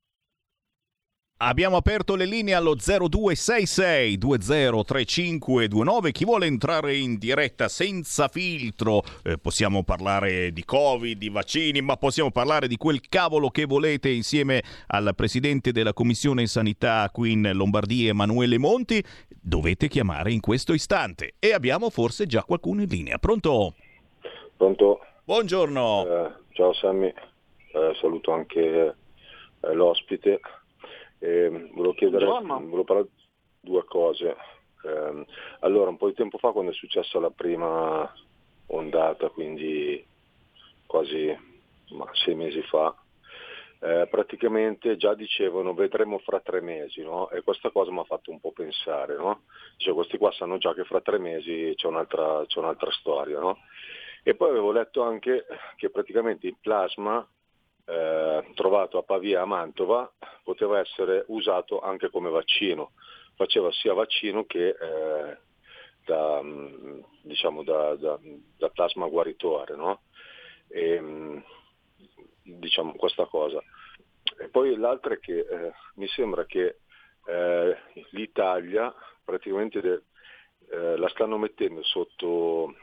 Abbiamo aperto le linee allo zero due sei sei due zero tre cinque due nove. Chi vuole entrare in diretta senza filtro, eh, possiamo parlare di Covid, di vaccini, ma possiamo parlare di quel cavolo che volete insieme al presidente della Commissione Sanità qui in Lombardia, Emanuele Monti. Dovete chiamare in questo istante e abbiamo forse già qualcuno in linea. Pronto? Pronto? Buongiorno. Eh, ciao Sammy, eh, saluto anche eh, l'ospite. Eh, volevo chiedere, volevo parlare di due cose. Eh, allora, un po' di tempo fa, quando è successa la prima ondata, quindi quasi ma, sei mesi fa, eh, praticamente già dicevano vedremo fra tre mesi, no? E questa cosa mi ha fatto un po' pensare, no? Cioè, questi qua sanno già che fra tre mesi c'è un'altra, c'è un'altra storia, no? E poi avevo letto anche che praticamente il plasma Eh, trovato a Pavia, a Mantova, poteva essere usato anche come vaccino, faceva sia vaccino che eh, da, diciamo da, da, da plasma guaritore, no? E, diciamo questa cosa. E poi l'altra è che eh, mi sembra che eh, l'Italia praticamente de, eh, la stanno mettendo sotto,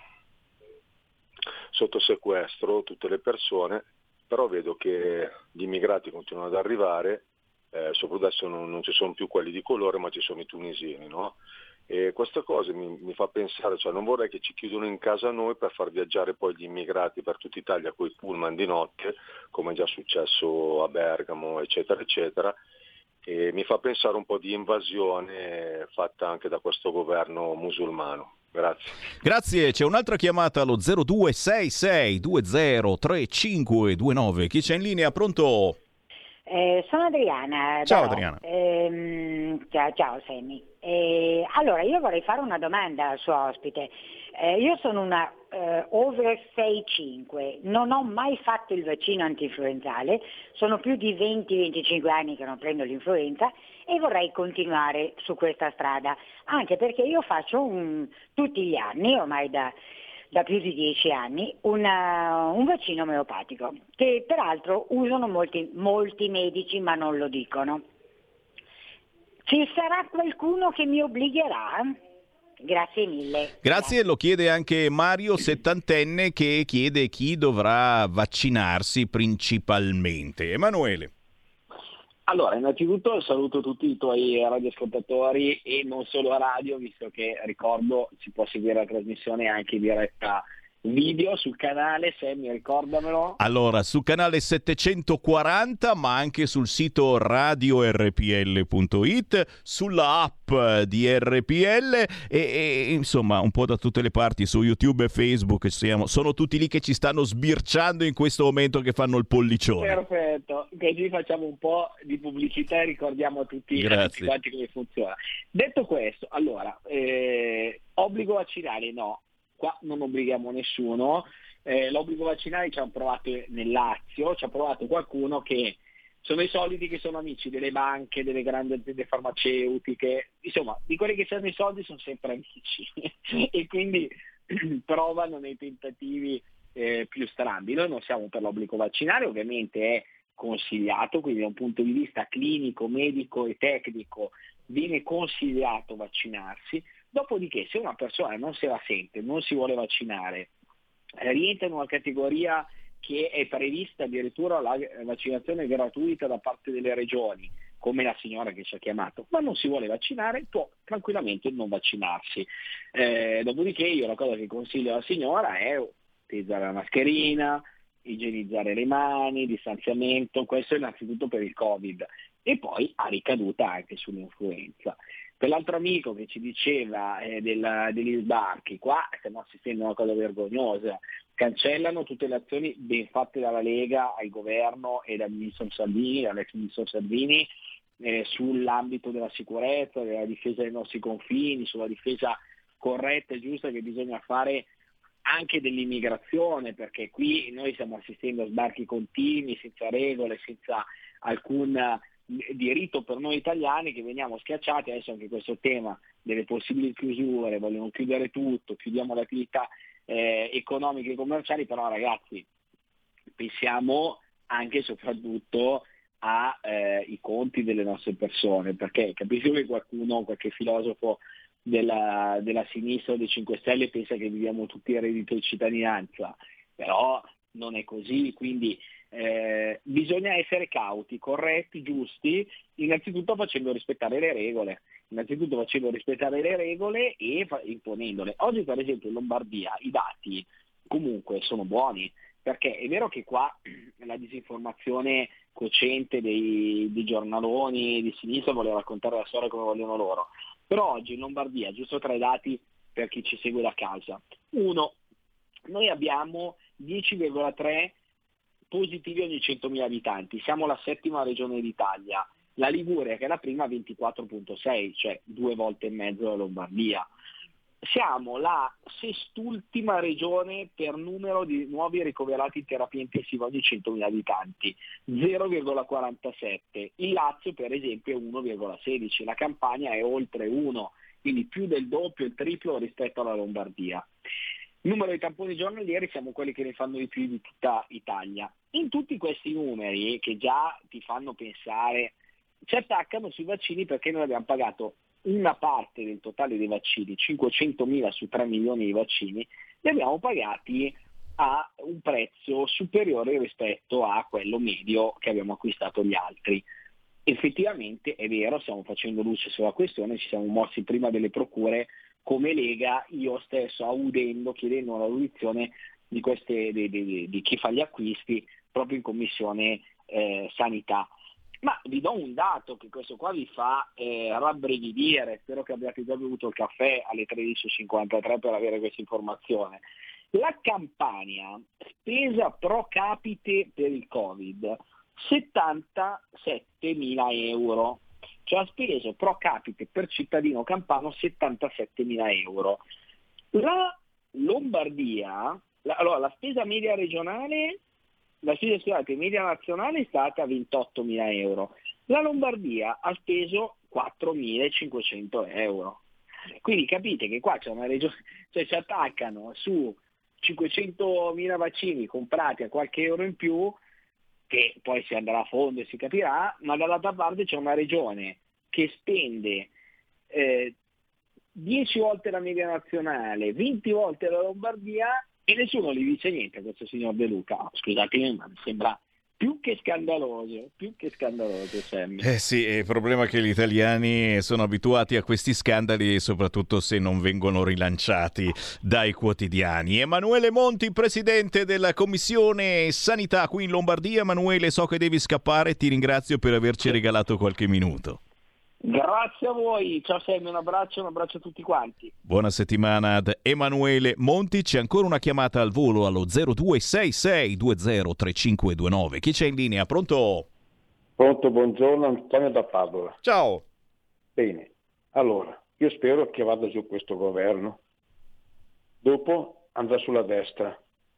sotto sequestro tutte le persone. Però vedo che gli immigrati continuano ad arrivare, eh, soprattutto adesso non, non ci sono più quelli di colore, ma ci sono i tunisini, no? E questa cosa mi, mi fa pensare, cioè non vorrei che ci chiudono in casa noi per far viaggiare poi gli immigrati per tutta Italia coi pullman di notte, come è già successo a Bergamo, eccetera, eccetera. E mi fa pensare un po' di invasione fatta anche da questo governo musulmano. Grazie. Grazie, c'è un'altra chiamata allo zero due sei sei due zero tre cinque due nove. Chi c'è in linea? Pronto? Eh, sono Adriana. Ciao da, Adriana. Ehm, ciao, ciao Sammy. Eh, allora, io vorrei fare una domanda al suo ospite. Eh, io sono una eh, over sei cinque, non ho mai fatto il vaccino antinfluenzale, sono più di venti venticinque anni che non prendo l'influenza e vorrei continuare su questa strada, anche perché io faccio un, tutti gli anni, ormai da, da più di dieci anni, una, un vaccino omeopatico, che peraltro usano molti, molti medici ma non lo dicono. Ci sarà qualcuno che mi obbligherà? Grazie mille. Grazie, lo chiede anche Mario, settantenne, che chiede chi dovrà vaccinarsi principalmente. Emanuele. Allora, innanzitutto saluto tutti i tuoi radioascoltatori e non solo a radio, visto che ricordo si può seguire la trasmissione anche in diretta video sul canale, Sammy, ricordamelo. Allora, sul canale settecentoquaranta, ma anche sul sito radio erre pi elle punto it, sulla app di R P L e, e insomma un po' da tutte le parti, su YouTube e Facebook siamo, sono tutti lì che ci stanno sbirciando in questo momento, che fanno il pollicione. Perfetto, così facciamo un po' di pubblicità e ricordiamo a tutti, a tutti quanti come funziona. Detto questo, allora, eh, obbligo vaccinale no. Qua non obblighiamo nessuno, eh, l'obbligo vaccinale ci hanno provato nel Lazio, ci ha provato qualcuno che sono i soliti che sono amici delle banche, delle grandi aziende farmaceutiche, insomma di quelli che hanno i soldi sono sempre amici e quindi provano nei tentativi eh, più strambi. Noi non siamo per l'obbligo vaccinale, ovviamente è consigliato, quindi da un punto di vista clinico, medico e tecnico viene consigliato vaccinarsi, dopodiché se una persona non se la sente, non si vuole vaccinare, rientra in una categoria che è prevista addirittura la vaccinazione gratuita da parte delle regioni, come la signora che ci ha chiamato, ma non si vuole vaccinare, può tranquillamente non vaccinarsi. Eh, dopodiché io la cosa che consiglio alla signora è utilizzare la mascherina, igienizzare le mani, distanziamento, questo innanzitutto per il Covid, e poi ha ricaduta anche sull'influenza. Per l'altro amico che ci diceva eh, del, degli sbarchi, qua stiamo assistendo a una cosa vergognosa, cancellano tutte le azioni ben fatte dalla Lega, al governo e dal ministro Salvini, dall'ex ministro Salvini, eh, sull'ambito della sicurezza, della difesa dei nostri confini, sulla difesa corretta e giusta che bisogna fare anche dell'immigrazione, perché qui noi stiamo assistendo a sbarchi continui, senza regole, senza alcun diritto per noi italiani, che veniamo schiacciati. Adesso anche questo tema delle possibili chiusure, vogliono chiudere tutto, chiudiamo le attività eh, economiche e commerciali, però ragazzi pensiamo anche e soprattutto ai eh, conti delle nostre persone, perché capisco che qualcuno, qualche filosofo della, della sinistra o dei cinque Stelle pensa che viviamo tutti in reddito di cittadinanza, però non è così, quindi eh, bisogna essere cauti, corretti, giusti, innanzitutto facendo rispettare le regole, innanzitutto facendo rispettare le regole e fa- imponendole. Oggi per esempio in Lombardia i dati comunque sono buoni, perché è vero che qua la disinformazione cocente dei, dei giornaloni di sinistra vuole raccontare la storia come vogliono loro, però oggi in Lombardia, giusto tre dati per chi ci segue da casa. Uno, noi abbiamo dieci virgola tre positivi ogni centomila abitanti, siamo la settima regione d'Italia, la Liguria che è la prima ventiquattro virgola sei, cioè due volte e mezzo la Lombardia. Siamo la sest'ultima regione per numero di nuovi ricoverati in terapia intensiva ogni centomila abitanti, zero virgola quarantasette. Il Lazio per esempio è uno virgola sedici, la Campania è oltre uno, quindi più del doppio, il triplo rispetto alla Lombardia. Numero di tamponi giornalieri siamo quelli che ne fanno di più di tutta Italia. In tutti questi numeri che già ti fanno pensare, ci attaccano sui vaccini perché noi abbiamo pagato una parte del totale dei vaccini, cinquecentomila su tre milioni di vaccini, li abbiamo pagati a un prezzo superiore rispetto a quello medio che abbiamo acquistato gli altri. Effettivamente è vero, stiamo facendo luce sulla questione, ci siamo mossi prima delle procure come Lega, io stesso audendo, chiedendo l'audizione di, queste, di, di, di chi fa gli acquisti proprio in commissione eh, sanità. Ma vi do un dato che questo qua vi fa eh, rabbrividire, spero che abbiate già bevuto il caffè alle tredici e cinquantatré per avere questa informazione. La Campania, spesa pro capite per il Covid, settantasettemila euro, cioè ha speso pro capite per cittadino campano settantasettemila euro. La Lombardia, la, allora, la spesa media regionale, la spesa scusate, media nazionale è stata ventottomila euro, la Lombardia ha speso quattromilacinquecento euro. Quindi capite che qua c'è una regione, cioè ci attaccano su cinquecentomila vaccini comprati a qualche euro in più, che poi si andrà a fondo e si capirà, ma dall'altra parte c'è una regione che spende eh, dieci volte la media nazionale, venti volte la Lombardia, e nessuno gli dice niente a questo signor De Luca. Oh, scusatemi, ma mi sembra più che scandaloso, più che scandaloso, Sammy. Eh sì, il problema è che gli italiani sono abituati a questi scandali, soprattutto se non vengono rilanciati dai quotidiani. Emanuele Monti, presidente della Commissione Sanità qui in Lombardia. Emanuele, so che devi scappare, ti ringrazio per averci regalato qualche minuto. Grazie a voi, ciao Sammy, un abbraccio, un abbraccio a tutti quanti. Buona settimana ad Emanuele Monti. C'è ancora una chiamata al volo allo zero due sei sei due zero tre cinque due nove. Chi c'è in linea? Pronto? Pronto, buongiorno, Antonio da Padova. Ciao. Bene, allora, io spero che vada giù questo governo, dopo andrà sulla destra.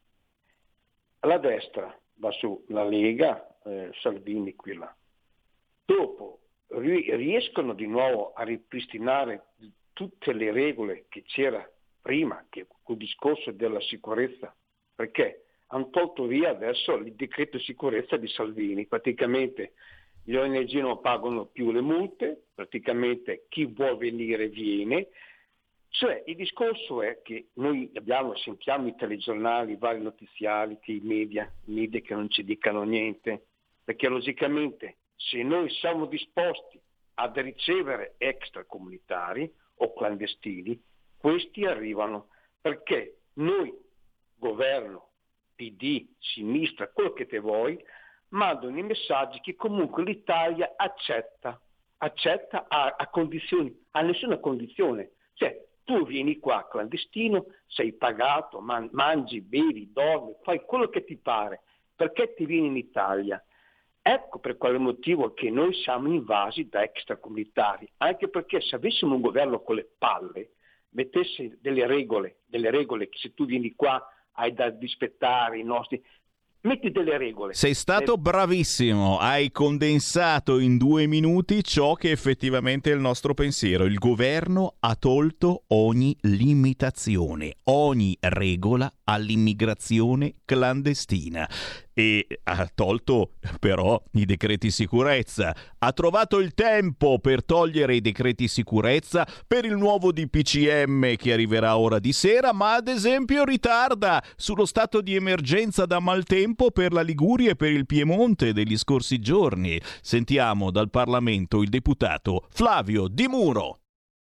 Alla destra va su la Lega, eh, Salvini qui là. Dopo riescono di nuovo a ripristinare tutte le regole che c'era prima, che col discorso della sicurezza, perché hanno tolto via adesso il decreto sicurezza di Salvini, praticamente le O N G non pagano più le multe, praticamente chi vuol venire viene. Cioè il discorso è che noi abbiamo, sentiamo i telegiornali, i vari notiziari, che i media, i media che non ci dicano niente, perché logicamente se noi siamo disposti ad ricevere extracomunitari o clandestini, questi arrivano perché noi, governo, P D, sinistra, quello che te vuoi, mandano i messaggi che comunque l'Italia accetta, accetta a, a condizioni, a nessuna condizione. Cioè tu vieni qua clandestino, sei pagato, man, mangi, bevi, dormi, fai quello che ti pare, perché ti vieni in Italia? Ecco per quale motivo che noi siamo invasi da extracomunitari, anche perché se avessimo un governo con le palle, mettesse delle regole, delle regole che se tu vieni qua hai da rispettare i nostri... Metti delle regole. Sei stato bravissimo, hai condensato in due minuti ciò che effettivamente è il nostro pensiero. Il governo ha tolto ogni limitazione, ogni regola all'immigrazione clandestina. E ha tolto però i decreti sicurezza. Ha trovato il tempo per togliere i decreti sicurezza per il nuovo D P C M che arriverà ora di sera, ma ad esempio ritarda sullo stato di emergenza da maltempo per la Liguria e per il Piemonte degli scorsi giorni. Sentiamo dal Parlamento il deputato Flavio Di Muro.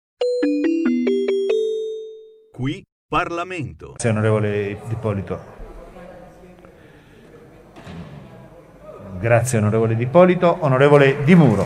Qui Parlamento. Grazie onorevole D'Ippolito. Grazie onorevole D'Ippolito. Onorevole Di Muro.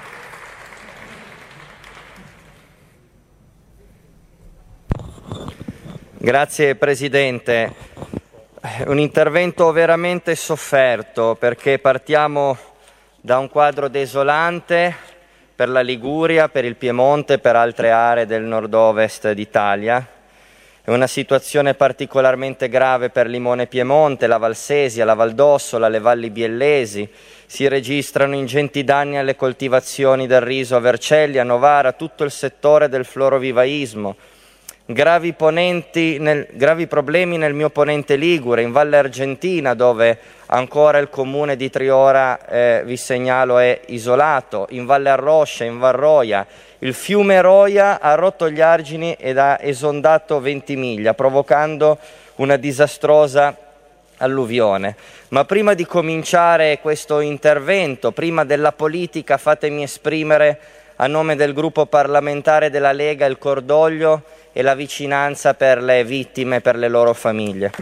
Grazie Presidente. Un intervento veramente sofferto perché partiamo da un quadro desolante per la Liguria, per il Piemonte, per altre aree del nord-ovest d'Italia. È una situazione particolarmente grave per Limone Piemonte, la Valsesia, la Valdossola, le valli biellesi. Si registrano ingenti danni alle coltivazioni del riso a Vercelli, a Novara, tutto il settore del florovivaismo. Gravi, ponenti nel, gravi problemi nel mio ponente Ligure, in Valle Argentina, dove ancora il comune di Triora, eh, vi segnalo, è isolato, in Valle Arroscia, in Varroia. Il fiume Roia ha rotto gli argini ed ha esondato Ventimiglia, provocando una disastrosa alluvione. Ma prima di cominciare questo intervento, prima della politica, fatemi esprimere a nome del gruppo parlamentare della Lega il cordoglio e la vicinanza per le vittime e per le loro famiglie.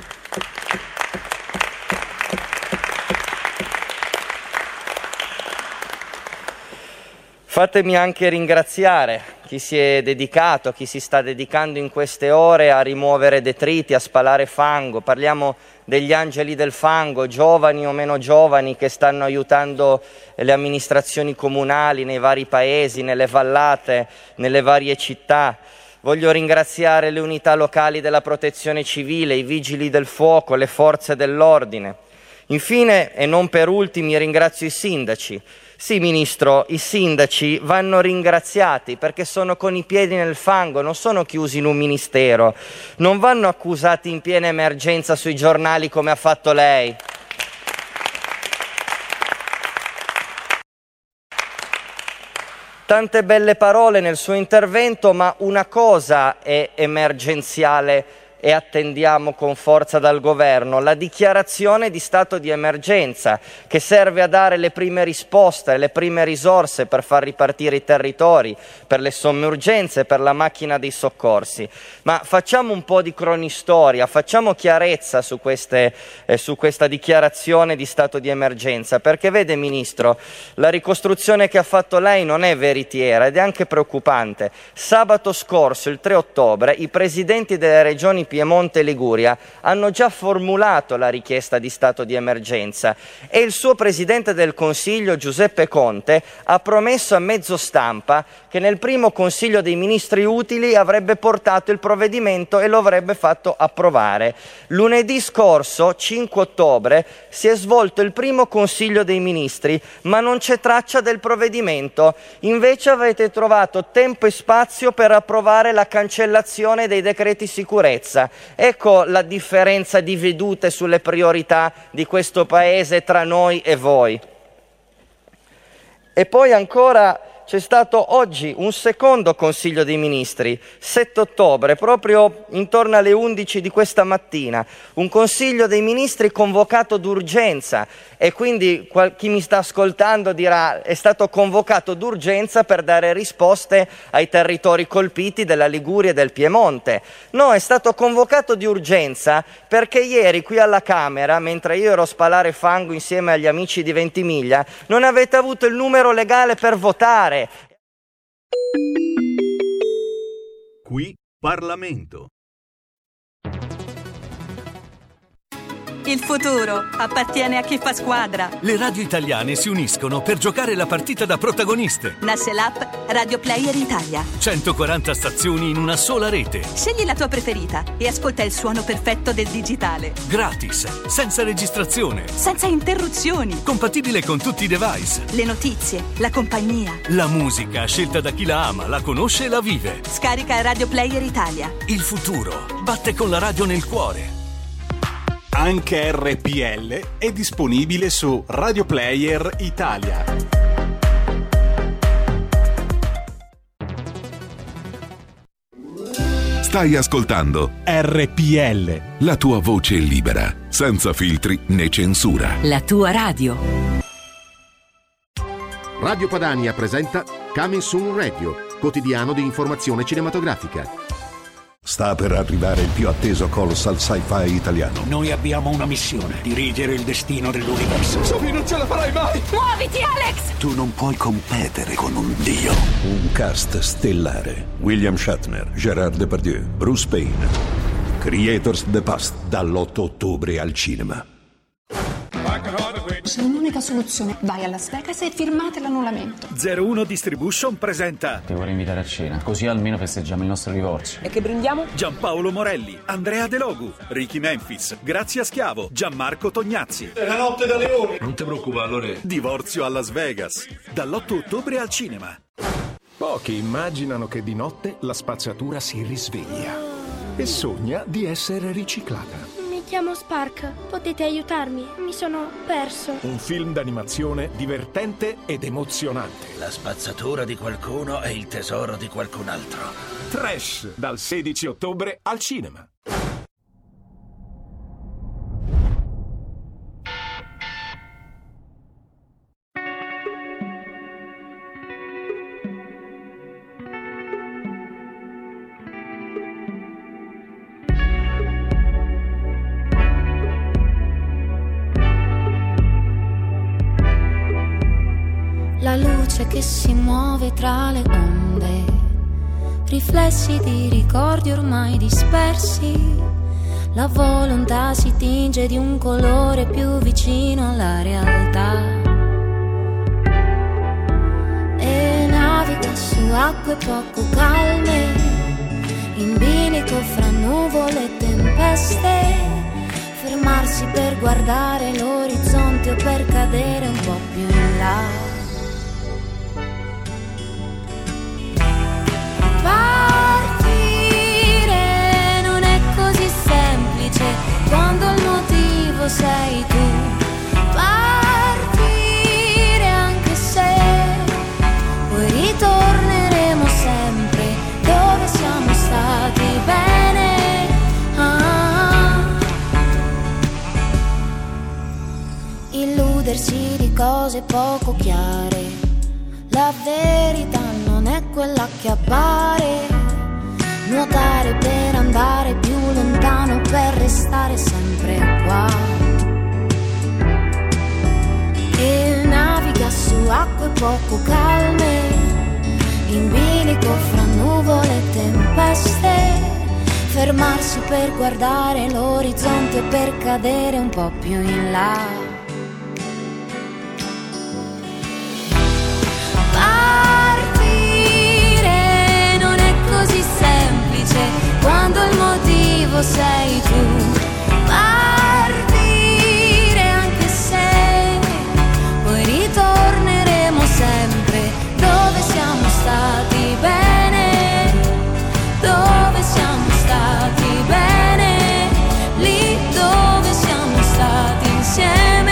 Fatemi anche ringraziare chi si è dedicato, chi si sta dedicando in queste ore a rimuovere detriti, a spalare fango. Parliamo degli angeli del fango, giovani o meno giovani, che stanno aiutando le amministrazioni comunali nei vari paesi, nelle vallate, nelle varie città. Voglio ringraziare le unità locali della protezione civile, i vigili del fuoco, le forze dell'ordine. Infine, e non per ultimi, ringrazio i sindaci. Sì, Ministro, i sindaci vanno ringraziati perché sono con i piedi nel fango, non sono chiusi in un ministero, non vanno accusati in piena emergenza sui giornali come ha fatto lei. Tante belle parole nel suo intervento, ma una cosa è emergenziale e attendiamo con forza dal governo: la dichiarazione di stato di emergenza, che serve a dare le prime risposte, le prime risorse per far ripartire i territori, per le somme urgenze, per la macchina dei soccorsi. Ma facciamo un po' di cronistoria, facciamo chiarezza su, queste, eh, su questa dichiarazione di stato di emergenza, perché vede Ministro, la ricostruzione che ha fatto lei non è veritiera ed è anche preoccupante. Sabato scorso, il tre ottobre, i presidenti delle regioni Piemonte e Liguria hanno già formulato la richiesta di stato di emergenza e il suo Presidente del Consiglio Giuseppe Conte ha promesso a mezzo stampa che nel primo Consiglio dei Ministri utili avrebbe portato il provvedimento e lo avrebbe fatto approvare. Lunedì scorso, cinque ottobre, si è svolto il primo Consiglio dei Ministri, ma non c'è traccia del provvedimento. Invece avete trovato tempo e spazio per approvare la cancellazione dei decreti sicurezza. Ecco la differenza di vedute sulle priorità di questo Paese tra noi e voi. E poi ancora c'è stato oggi un secondo Consiglio dei Ministri, sette ottobre, proprio intorno alle undici di questa mattina, un Consiglio dei Ministri convocato d'urgenza, e quindi qual- chi mi sta ascoltando dirà è stato convocato d'urgenza per dare risposte ai territori colpiti della Liguria e del Piemonte. No, è stato convocato di urgenza perché ieri qui alla Camera, mentre io ero a spalare fango insieme agli amici di Ventimiglia, non avete avuto il numero legale per votare. Qui Parlamento. Il futuro appartiene a chi fa squadra. Le radio italiane si uniscono per giocare la partita da protagoniste. Nasce l'app Radio Player Italia. centoquaranta stazioni in una sola rete. Scegli la tua preferita e ascolta il suono perfetto del digitale. Gratis, senza registrazione. Senza interruzioni. Compatibile con tutti i device. Le notizie, la compagnia. La musica scelta da chi la ama, la conosce e la vive. Scarica Radio Player Italia. Il futuro batte con la radio nel cuore. Anche R P L è disponibile su Radio Player Italia. Stai ascoltando R P L, la tua voce libera, senza filtri né censura. La tua radio. Radio Padania presenta Coming Soon Radio, quotidiano di informazione cinematografica. Sta per arrivare il più atteso colossal sci-fi italiano. Noi abbiamo una missione: dirigere il destino dell'universo. Sophie, non ce la farai mai! Muoviti, Alex! Tu non puoi competere con un dio. Un cast stellare: William Shatner, Gerard Depardieu, Bruce Payne. Creators the Past, dall'otto ottobre al cinema. C'è un'unica soluzione: vai a Las Vegas e firmate l'annullamento. zero uno Distribution presenta Ti vorrei invitare a cena, così almeno festeggiamo il nostro divorzio. E che brindiamo? Giampaolo Morelli, Andrea De Logu, Ricky Memphis, Grazia Schiavo, Gianmarco Tognazzi. È la notte da leone. Non ti preoccupare, Lore. Divorzio a Las Vegas, dall'otto ottobre al cinema. Pochi immaginano che di notte la spazzatura si risveglia e sogna di essere riciclata. Mi chiamo Spark, potete aiutarmi? Mi sono perso. Un film d'animazione divertente ed emozionante. La spazzatura di qualcuno è il tesoro di qualcun altro. Trash, dal sedici ottobre al cinema. La luce che si muove tra le onde, riflessi di ricordi ormai dispersi. La volontà si tinge di un colore più vicino alla realtà e naviga su acque poco calme, in bilico fra nuvole e tempeste. Fermarsi per guardare l'orizzonte o per cadere un po' più in là. Partire non è così semplice quando il motivo sei tu. Partire anche se poi ritorneremo sempre dove siamo stati bene. Ah. Illudersi di cose poco chiare, la verità non è quella che appare. Nuotare per andare più lontano, per restare sempre qua. E naviga su acque poco calme, in bilico fra nuvole e tempeste. Fermarsi per guardare l'orizzonte, per cadere un po' più in là. Quando il motivo sei tu. Partire anche se poi ritorneremo sempre dove siamo stati bene, dove siamo stati bene, lì dove siamo stati insieme.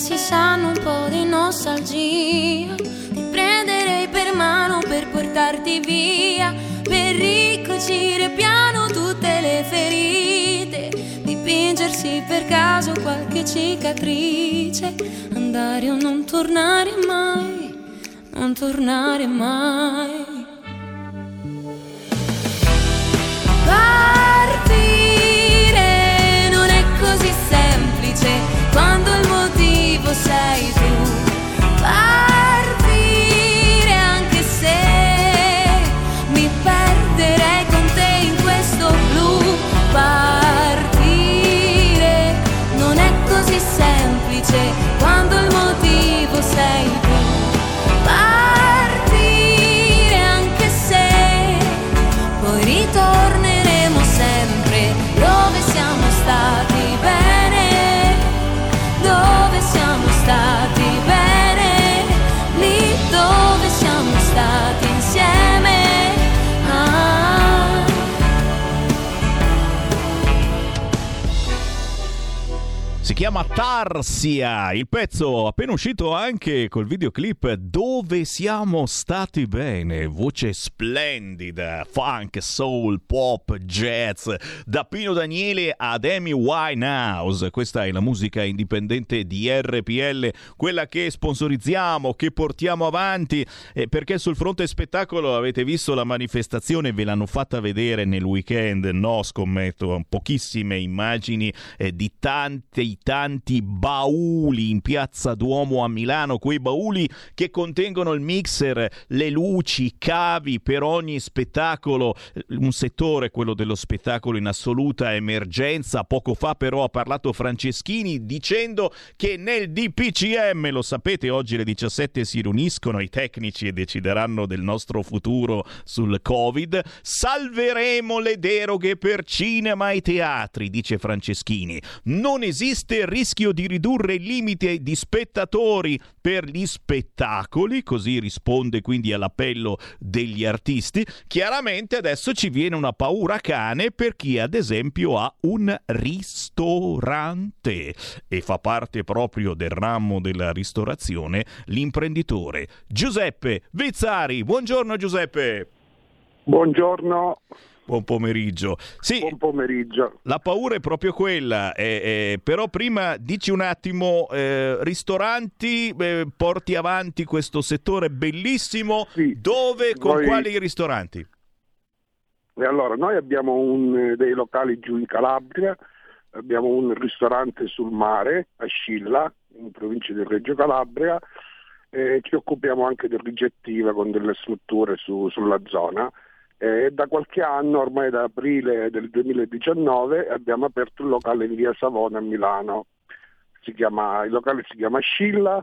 si sanno un po' di nostalgia. Ti prenderei per mano per portarti via, per ricucire piano tutte le ferite, dipingersi per caso qualche cicatrice, andare o non tornare mai, non tornare mai. Partire non è così semplice quando il motivo sei tu. Partire anche se mi perderei con te in questo blu. Partire non è così semplice quando il motivo sei tu. Partire anche se poi ritorneremo sempre dove siamo stati bene, dove siamo stati bene, lì dove siamo stati insieme. Ah. Si chiama Tarsia, il pezzo appena uscito anche col videoclip Dove siamo stati bene, voce splendida, funk, soul, pop, jazz, da Pino Daniele ad Amy Winehouse. Questa è la musica indipendente di R P L, quella che sponsorizziamo, che portiamo avanti, eh, perché sul fronte spettacolo avete visto la manifestazione, ve l'hanno fatta vedere nel weekend, no scommetto, pochissime immagini eh, di tanti tanti bauli in Piazza Duomo a Milano, quei bauli che contengono il mixer, le luci, i cavi per ogni spettacolo, un settore, quello dello spettacolo, in assoluta emergenza. Poco fa però ha parlato Franceschini dicendo che nel D P C M, lo sapete, oggi alle diciassette si riuniscono i tecnici e decideranno del nostro futuro sul Covid, salveremo le deroghe per cinema e teatri, dice Franceschini. Non esiste il rischio di ridurre il limite di spettatori per gli spettacoli, così risponde quindi all'appello degli artisti. Chiaramente adesso ci viene una paura cane per chi ad esempio ha un ristorante e fa parte proprio del ramo della ristorazione l'imprenditore Giuseppe Vezzari. Buongiorno Giuseppe. Buongiorno. Buon pomeriggio. Sì, Buon pomeriggio. La paura è proprio quella, eh, eh, però prima dici un attimo, eh, ristoranti, eh, porti avanti questo settore bellissimo, sì. Dove, con Noi... quali ristoranti? E allora, noi abbiamo un, dei locali giù in Calabria, abbiamo un ristorante sul mare, a Scilla, in provincia di Reggio Calabria, e ci occupiamo anche di ricettiva con delle strutture su, sulla zona. E da qualche anno, ormai da aprile del duemiladiciannove, abbiamo aperto un locale in via Savona a Milano. Si chiama, il locale si chiama Scilla.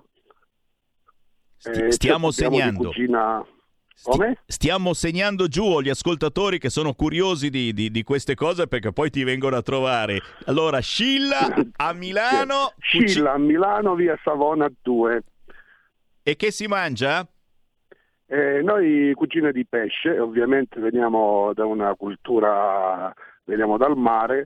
Sti, stiamo segnando. Cucina... Come? Stiamo segnando giù agli ascoltatori che sono curiosi di, di, di queste cose, perché poi ti vengono a trovare. Allora, Scilla a Milano. Scilla cuci... a Milano, via Savona due. E che si mangia? Eh, noi cucina di pesce, ovviamente veniamo da una cultura, veniamo dal mare,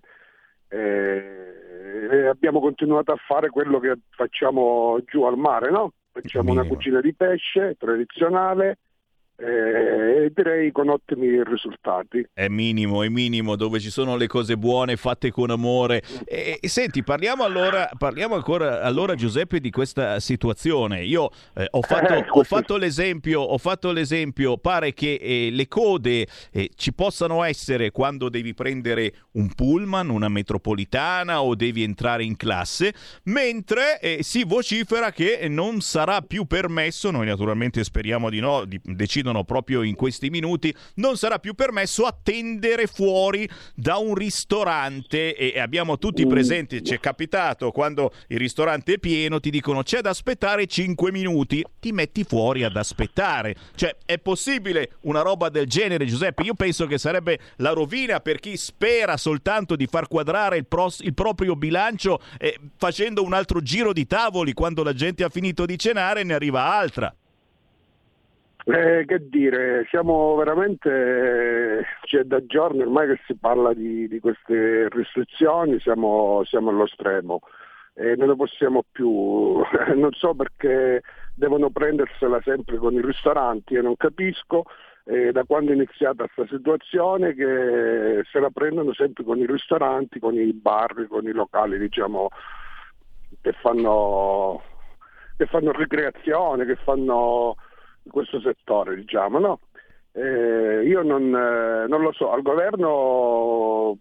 eh, e abbiamo continuato a fare quello che facciamo giù al mare, no? Facciamo Minimo. Una cucina di pesce tradizionale, e direi con ottimi risultati. È minimo, è minimo, dove ci sono le cose buone fatte con amore. E, e senti, parliamo allora, parliamo ancora allora Giuseppe di questa situazione. Io eh, ho fatto, eh, ho fatto l'esempio, ho fatto l'esempio, pare che eh, le code eh, ci possano essere quando devi prendere un pullman, una metropolitana o devi entrare in classe, mentre eh, si vocifera che non sarà più permesso, noi naturalmente speriamo di no, di, decidono proprio in questi minuti, non sarà più permesso attendere fuori da un ristorante, e abbiamo tutti presenti, ci è capitato quando il ristorante è pieno, ti dicono c'è da aspettare cinque minuti, ti metti fuori ad aspettare. Cioè, è possibile una roba del genere, Giuseppe? Io penso che sarebbe la rovina per chi spera soltanto di far quadrare il, pros- il proprio bilancio eh, facendo un altro giro di tavoli quando la gente ha finito di cenare e ne arriva altra. Eh, che dire, siamo veramente, cioè, da giorni ormai che si parla di, di queste restrizioni, siamo, siamo allo stremo. e non ne possiamo più. Non so perché devono prendersela sempre con i ristoranti e non capisco eh, da quando è iniziata questa situazione che se la prendono sempre con i ristoranti, con i bar, con i locali, diciamo, che fanno, che fanno ricreazione, che fanno questo settore, diciamo, no? Eh, io non, eh, non lo so, al governo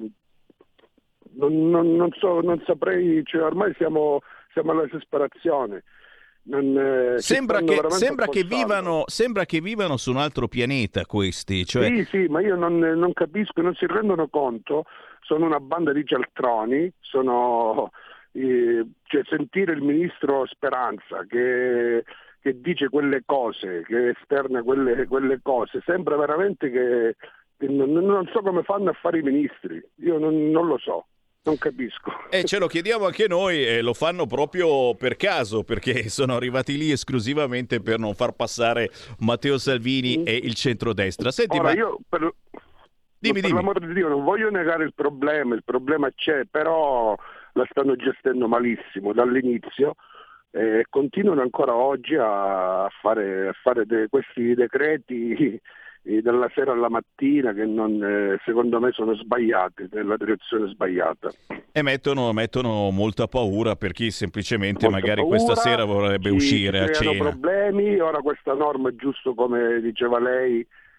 non, non, non so, non saprei, cioè ormai siamo, siamo alla disperazione. Non, eh, sembra che, sembra, che vivano, sembra che vivano su un altro pianeta questi. Cioè... Sì, sì, ma io non, non capisco, non si rendono conto, sono una banda di cialtroni, sono, eh, cioè, sentire il ministro Speranza che, che dice quelle cose, che esterna quelle, quelle cose, sembra veramente che, che non, non so come fanno a fare i ministri, io non, non lo so. Non capisco. E ce lo chiediamo anche noi e lo fanno proprio per caso, perché sono arrivati lì esclusivamente per non far passare Matteo Salvini mm. e il centrodestra. Senti, Ora, ma... io per, dimmi, per dimmi. l'amor di Dio non voglio negare il problema, il problema c'è, però la stanno gestendo malissimo dall'inizio e eh, continuano ancora oggi a fare, a fare de, questi decreti dalla sera alla mattina che non, eh, secondo me sono sbagliati, nella direzione sbagliata. E mettono, mettono molta paura per chi semplicemente molta magari paura, questa sera vorrebbe ci, uscire ci a cena. Problemi, ora questa norma, giusto come diceva lei,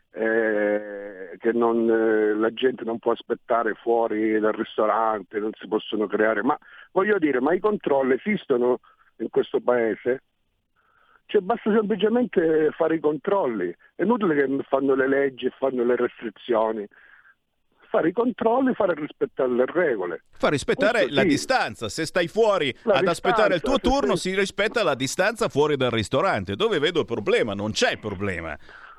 eh, che non, eh, la gente non può aspettare fuori dal ristorante, non si possono creare, ma voglio dire, ma i controlli esistono in questo paese? Cioè basta semplicemente fare i controlli, è inutile che fanno le leggi e fanno le restrizioni, fare i controlli, fare rispettare le regole. Far rispettare Questo la sì. distanza, se stai fuori La ad distanza, aspettare il tuo se turno sei... si rispetta la distanza fuori dal ristorante, dove vedo il problema, non c'è il problema.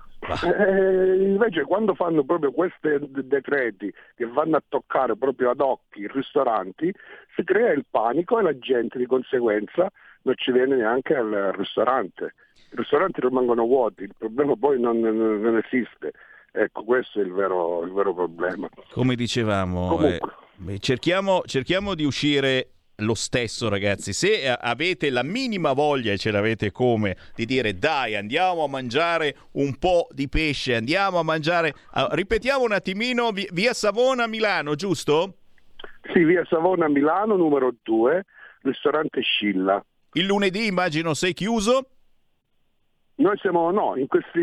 Eh, invece quando fanno proprio questi decreti che vanno a toccare proprio ad occhi i ristoranti, si crea il panico e la gente di conseguenza non ci viene neanche al ristorante. I ristoranti rimangono vuoti, il problema poi non, non, non esiste. Ecco, questo è il vero, il vero problema. Come dicevamo, eh, cerchiamo, cerchiamo di uscire lo stesso, ragazzi. Se avete la minima voglia, e ce l'avete come, di dire dai, andiamo a mangiare un po' di pesce, andiamo a mangiare... Uh, ripetiamo un attimino, via Savona, Milano, giusto? Sì, via Savona, Milano, numero due, ristorante Scilla. Il lunedì immagino sei chiuso? Noi siamo, no, in questi,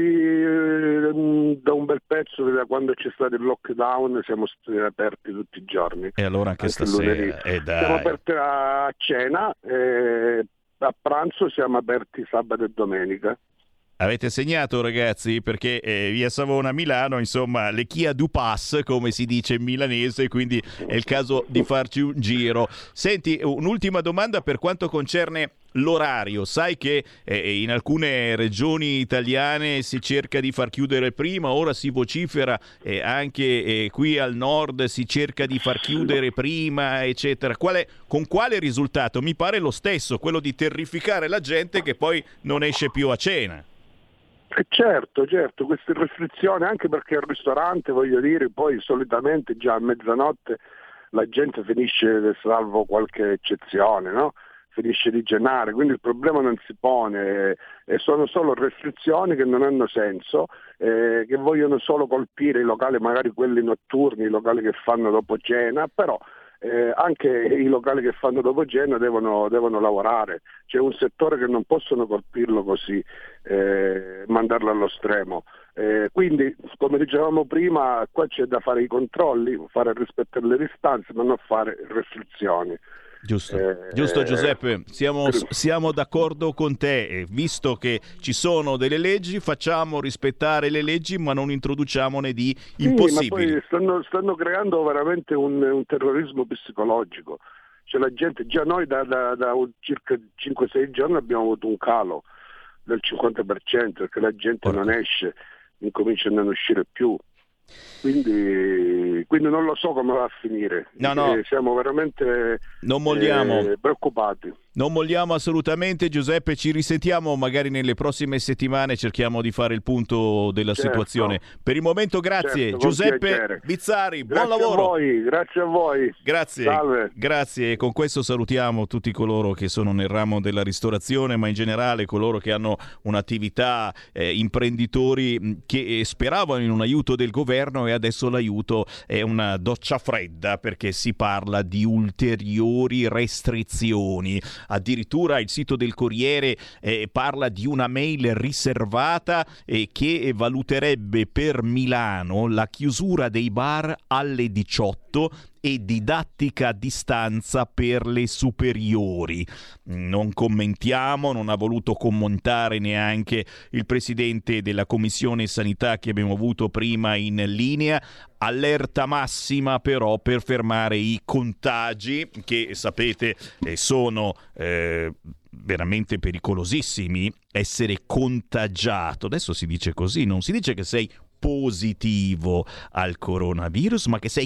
eh, da un bel pezzo, da quando c'è stato il lockdown, siamo stati aperti tutti i giorni. E allora anche, anche stasera, eh, dai. Siamo aperti a cena, e a pranzo siamo aperti sabato e domenica. Avete segnato, ragazzi, perché eh, via Savona, Milano, insomma, le Chia du Pass, come si dice in milanese, quindi è il caso di farci un giro. Senti, un'ultima domanda per quanto concerne l'orario. Sai che eh, in alcune regioni italiane si cerca di far chiudere prima, ora si vocifera eh, anche eh, qui al nord si cerca di far chiudere prima, eccetera. Qual è, con quale risultato? Mi pare lo stesso, quello di terrificare la gente che poi non esce più a cena. Eh certo, certo, queste restrizioni, anche perché al ristorante, voglio dire, poi solitamente già a mezzanotte la gente finisce, salvo qualche eccezione, no? Finisce di cenare, quindi il problema non si pone, e sono solo restrizioni che non hanno senso, eh, che vogliono solo colpire i locali, magari quelli notturni, i locali che fanno dopo cena, però eh, anche i locali che fanno dopo cena devono, devono lavorare. C'è un settore che non possono colpirlo così, eh, mandarlo allo stremo. Eh, quindi, come dicevamo prima, qua c'è da fare i controlli, fare rispettare le distanze, ma non fare restrizioni. Giusto, eh, giusto Giuseppe, siamo, siamo d'accordo con te, e visto che ci sono delle leggi facciamo rispettare le leggi ma non introduciamone di impossibili. Sì, ma poi stanno, stanno creando veramente un, un terrorismo psicologico, cioè la gente, già noi da, da, da circa cinque sei giorni abbiamo avuto un calo del cinquanta per cento perché la gente Porca. non esce, incomincia a non uscire più. Quindi, quindi non lo so come va a finire. No, no. Eh, siamo veramente non molliamo. Eh, preoccupati. Non molliamo assolutamente, Giuseppe, ci risentiamo magari nelle prossime settimane, cerchiamo di fare il punto della certo. situazione. Per il momento grazie, certo, Giuseppe Bizzarri, buon grazie lavoro. A voi, grazie a voi. Grazie, Salve. grazie. E con questo salutiamo tutti coloro che sono nel ramo della ristorazione, ma in generale coloro che hanno un'attività, eh, imprenditori che speravano in un aiuto del governo, e adesso l'aiuto è una doccia fredda perché si parla di ulteriori restrizioni. Addirittura il sito del Corriere eh, parla di una mail riservata eh, che valuterebbe per Milano la chiusura dei bar alle diciotto e didattica a distanza per le superiori. Non commentiamo, non ha voluto commentare neanche il presidente della Commissione Sanità che abbiamo avuto prima in linea. Allerta massima però per fermare i contagi che sapete eh, sono eh, veramente pericolosissimi. Essere contagiato, adesso si dice così, non si dice che sei positivo al coronavirus, ma che sei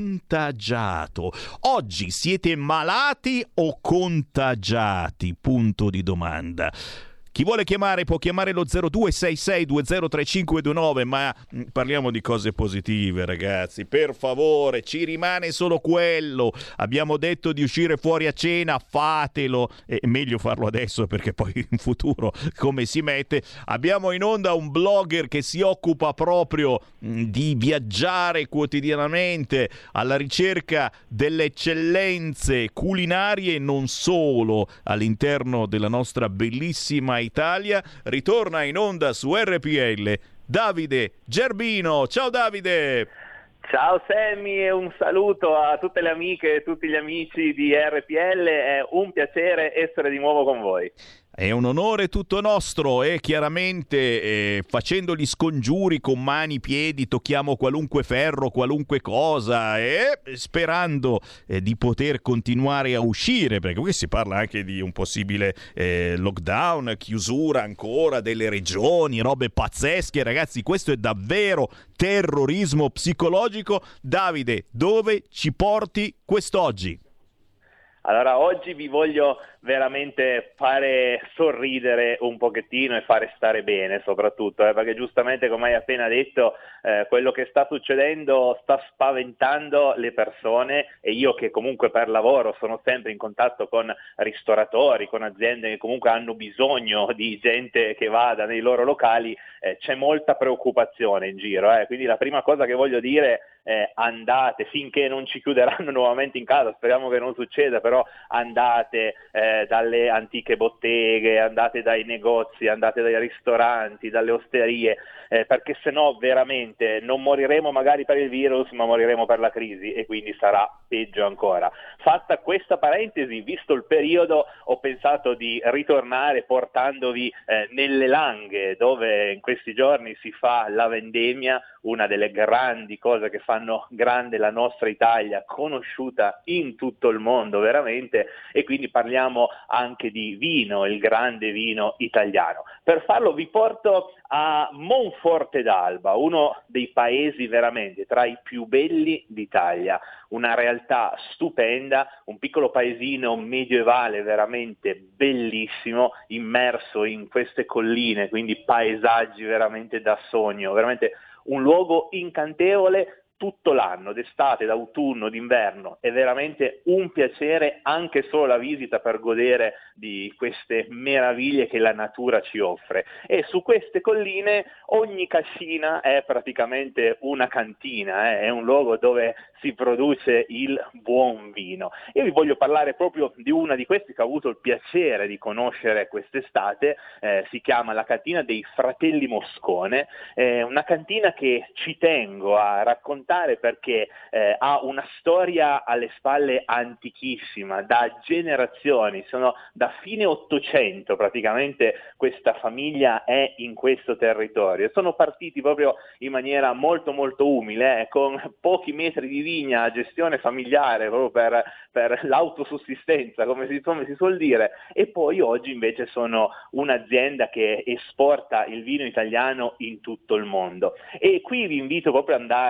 contagiato. Oggi siete malati o contagiati? Punto di domanda. Chi vuole chiamare può chiamare lo zero due sei sei due zero tre cinque due nove, ma parliamo di cose positive, ragazzi, per favore, ci rimane solo quello. Abbiamo detto di uscire fuori a cena, fatelo, è meglio farlo adesso perché poi in futuro come si mette. Abbiamo in onda un blogger che si occupa proprio di viaggiare quotidianamente alla ricerca delle eccellenze culinarie, non solo all'interno della nostra bellissima Italia. Ritorna in onda su R P L Davide Gerbino. Ciao Davide. Ciao Sammy e un saluto a tutte le amiche e tutti gli amici di R P L, è un piacere essere di nuovo con voi. È un onore tutto nostro e chiaramente eh, facendo gli scongiuri con mani, piedi, tocchiamo qualunque ferro, qualunque cosa e sperando eh, di poter continuare a uscire, perché qui si parla anche di un possibile eh, lockdown, chiusura ancora delle regioni, robe pazzesche. Ragazzi, questo è davvero terrorismo psicologico. Davide, dove ci porti quest'oggi? Allora, oggi vi voglio veramente fare sorridere un pochettino e fare stare bene soprattutto, eh, perché giustamente, come hai appena detto, eh, quello che sta succedendo sta spaventando le persone, e io che comunque per lavoro sono sempre in contatto con ristoratori, con aziende che comunque hanno bisogno di gente che vada nei loro locali, eh, c'è molta preoccupazione in giro, eh. Quindi la prima cosa che voglio dire è andate, finché non ci chiuderanno nuovamente in casa, speriamo che non succeda, però andate eh, dalle antiche botteghe, andate dai negozi, andate dai ristoranti, dalle osterie, eh, perché sennò veramente non moriremo magari per il virus, ma moriremo per la crisi, e quindi sarà peggio ancora. Fatta questa parentesi, visto il periodo, ho pensato di ritornare portandovi eh, nelle Langhe, dove in questi giorni si fa la vendemmia, una delle grandi cose che fanno grande la nostra Italia, conosciuta in tutto il mondo veramente, e quindi parliamo anche di vino, il grande vino italiano. Per farlo vi porto a Monforte d'Alba, uno dei paesi veramente tra i più belli d'Italia, una realtà stupenda, un piccolo paesino medievale veramente bellissimo, immerso in queste colline, quindi paesaggi veramente da sogno, veramente un luogo incantevole tutto l'anno, d'estate, d'autunno, d'inverno. È veramente un piacere anche solo la visita per godere di queste meraviglie che la natura ci offre. E su queste colline ogni cascina è praticamente una cantina, eh? È un luogo dove si produce il buon vino. Io vi voglio parlare proprio di una di queste che ho avuto il piacere di conoscere quest'estate, eh, si chiama la cantina dei Fratelli Moscone, è una cantina che ci tengo a raccontare perché eh, ha una storia alle spalle antichissima, da generazioni, sono da fine Ottocento praticamente questa famiglia è in questo territorio. Sono partiti proprio in maniera molto molto umile, eh, con pochi metri di vigna, gestione familiare proprio per, per l'autosussistenza, come si, come si suol dire, e poi oggi invece sono un'azienda che esporta il vino italiano in tutto il mondo. E qui vi invito proprio ad andare a fare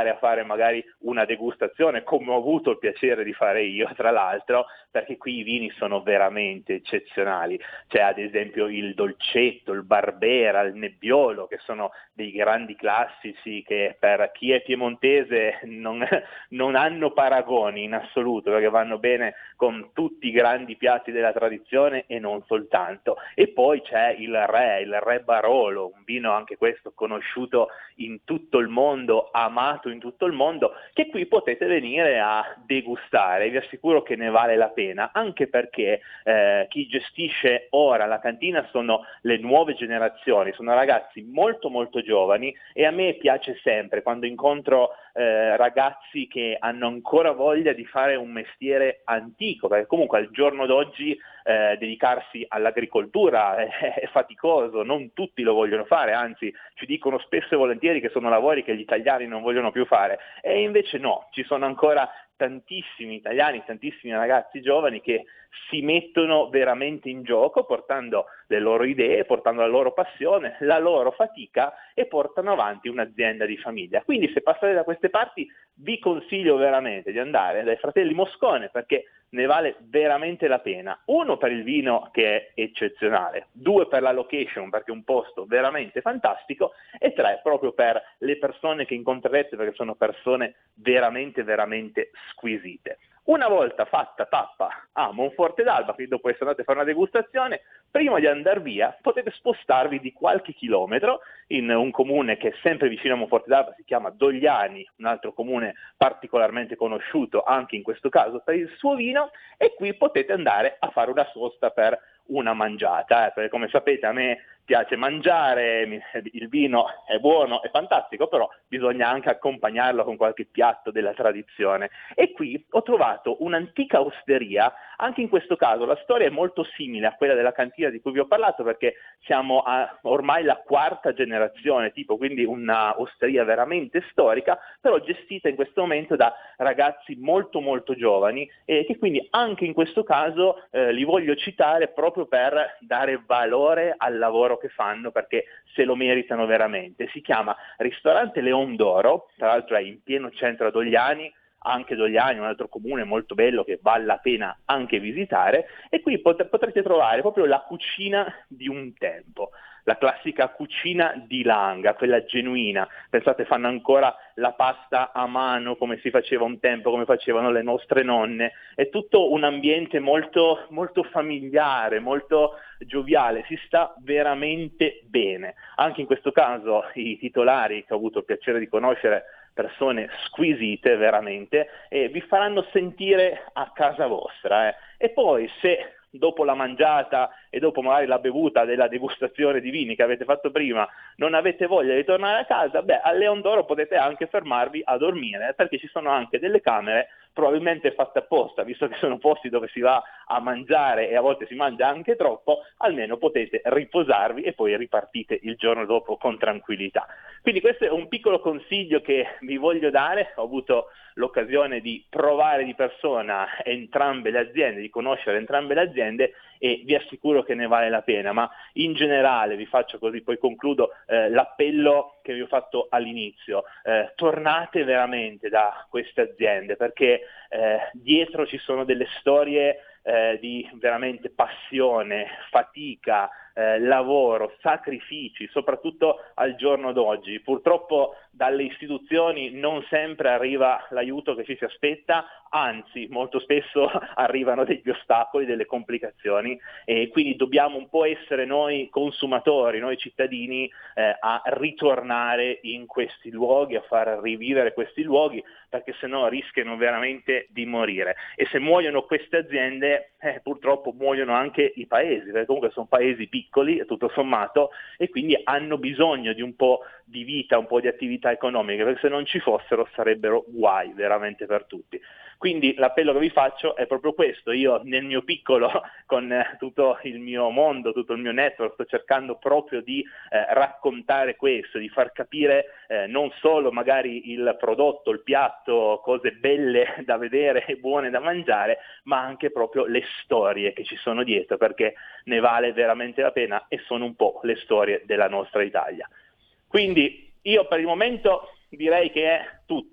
magari una degustazione, come ho avuto il piacere di fare io, tra l'altro, perché qui i vini sono veramente eccezionali. C'è ad esempio il Dolcetto, il Barbera, il Nebbiolo, che sono dei grandi classici che per chi è piemontese non, non hanno paragoni in assoluto, perché vanno bene con tutti i grandi piatti della tradizione e non soltanto. E poi c'è il Re, il Re Barolo, un vino anche questo conosciuto in tutto il mondo, amato in tutto il mondo, che qui potete venire a degustare. Vi assicuro che ne vale la pena, anche perché eh, chi gestisce ora la cantina sono le nuove generazioni, sono ragazzi molto molto giovani, e a me piace sempre quando incontro eh, ragazzi che hanno ancora voglia di fare un mestiere antico, perché comunque al giorno d'oggi eh, dedicarsi all'agricoltura è, è faticoso, non tutti lo vogliono fare, anzi ci dicono spesso e volentieri che sono lavori che gli italiani non vogliono più fare, e invece no, ci sono ancora tantissimi italiani, tantissimi ragazzi giovani che si mettono veramente in gioco portando le loro idee, portando la loro passione, la loro fatica, e portano avanti un'azienda di famiglia. Quindi se passate da queste parti vi consiglio veramente di andare dai fratelli Moscone, perché ne vale veramente la pena. Uno, per il vino che è eccezionale, due, per la location, perché è un posto veramente fantastico, e tre, proprio per le persone che incontrerete, perché sono persone veramente veramente squisite. Una volta fatta tappa a Monforte d'Alba, quindi dopo essere andati a fare una degustazione, prima di andare via potete spostarvi di qualche chilometro in un comune che è sempre vicino a Monforte d'Alba, si chiama Dogliani, un altro comune particolarmente conosciuto anche in questo caso per il suo vino, e qui potete andare a fare una sosta per una mangiata, eh, perché come sapete a me piace mangiare, il vino è buono, è fantastico, però bisogna anche accompagnarlo con qualche piatto della tradizione. E qui ho trovato un'antica osteria, anche in questo caso la storia è molto simile a quella della cantina di cui vi ho parlato, perché siamo a ormai la quarta generazione, tipo, quindi una osteria veramente storica, però gestita in questo momento da ragazzi molto molto giovani, e che quindi anche in questo caso eh, li voglio citare proprio per dare valore al lavoro che fanno, perché se lo meritano veramente. Si chiama Ristorante Leon d'Oro, tra l'altro è in pieno centro a Dogliani, anche Dogliani, un altro comune molto bello che vale la pena anche visitare, e qui pot- potrete trovare proprio la cucina di un tempo, la classica cucina di Langa, quella genuina. Pensate, fanno ancora la pasta a mano come si faceva un tempo, come facevano le nostre nonne. È tutto un ambiente molto, molto familiare, molto gioviale, si sta veramente bene. Anche in questo caso i titolari, che ho avuto il piacere di conoscere, persone squisite veramente, e vi faranno sentire a casa vostra. Eh. E poi se dopo la mangiata e dopo magari la bevuta della degustazione di vini che avete fatto prima non avete voglia di tornare a casa, beh, al Leon d'Oro potete anche fermarvi a dormire, perché ci sono anche delle camere probabilmente fatte apposta, visto che sono posti dove si va a mangiare e a volte si mangia anche troppo, almeno potete riposarvi e poi ripartite il giorno dopo con tranquillità. Quindi questo è un piccolo consiglio che vi voglio dare. Ho avuto l'occasione di provare di persona entrambe le aziende, di conoscere entrambe le aziende, e vi assicuro che ne vale la pena. Ma in generale vi faccio, così poi concludo, eh, l'appello che vi ho fatto all'inizio: eh, tornate veramente da queste aziende, perché eh, dietro ci sono delle storie eh, di veramente passione, fatica, eh, lavoro, sacrifici, soprattutto al giorno d'oggi. Purtroppo dalle istituzioni non sempre arriva l'aiuto che ci si aspetta, anzi molto spesso arrivano degli ostacoli, delle complicazioni, e quindi dobbiamo un po' essere noi consumatori, noi cittadini, eh, a ritornare in questi luoghi, a far rivivere questi luoghi, perché sennò rischiano veramente di morire. E se muoiono queste aziende, eh, purtroppo muoiono anche i paesi, perché comunque sono paesi piccoli tutto sommato, e quindi hanno bisogno di un po' di vita, un po' di attività economiche, perché se non ci fossero sarebbero guai veramente per tutti. Quindi l'appello che vi faccio è proprio questo. Io nel mio piccolo, con eh, tutto il mio mondo, tutto il mio network, sto cercando proprio di eh, raccontare questo, di far capire eh, non solo magari il prodotto, il piatto, cose belle da vedere e buone da mangiare, ma anche proprio le storie che ci sono dietro, perché ne vale veramente la pena, e sono un po' le storie della nostra Italia. Quindi io per il momento direi che è tutto.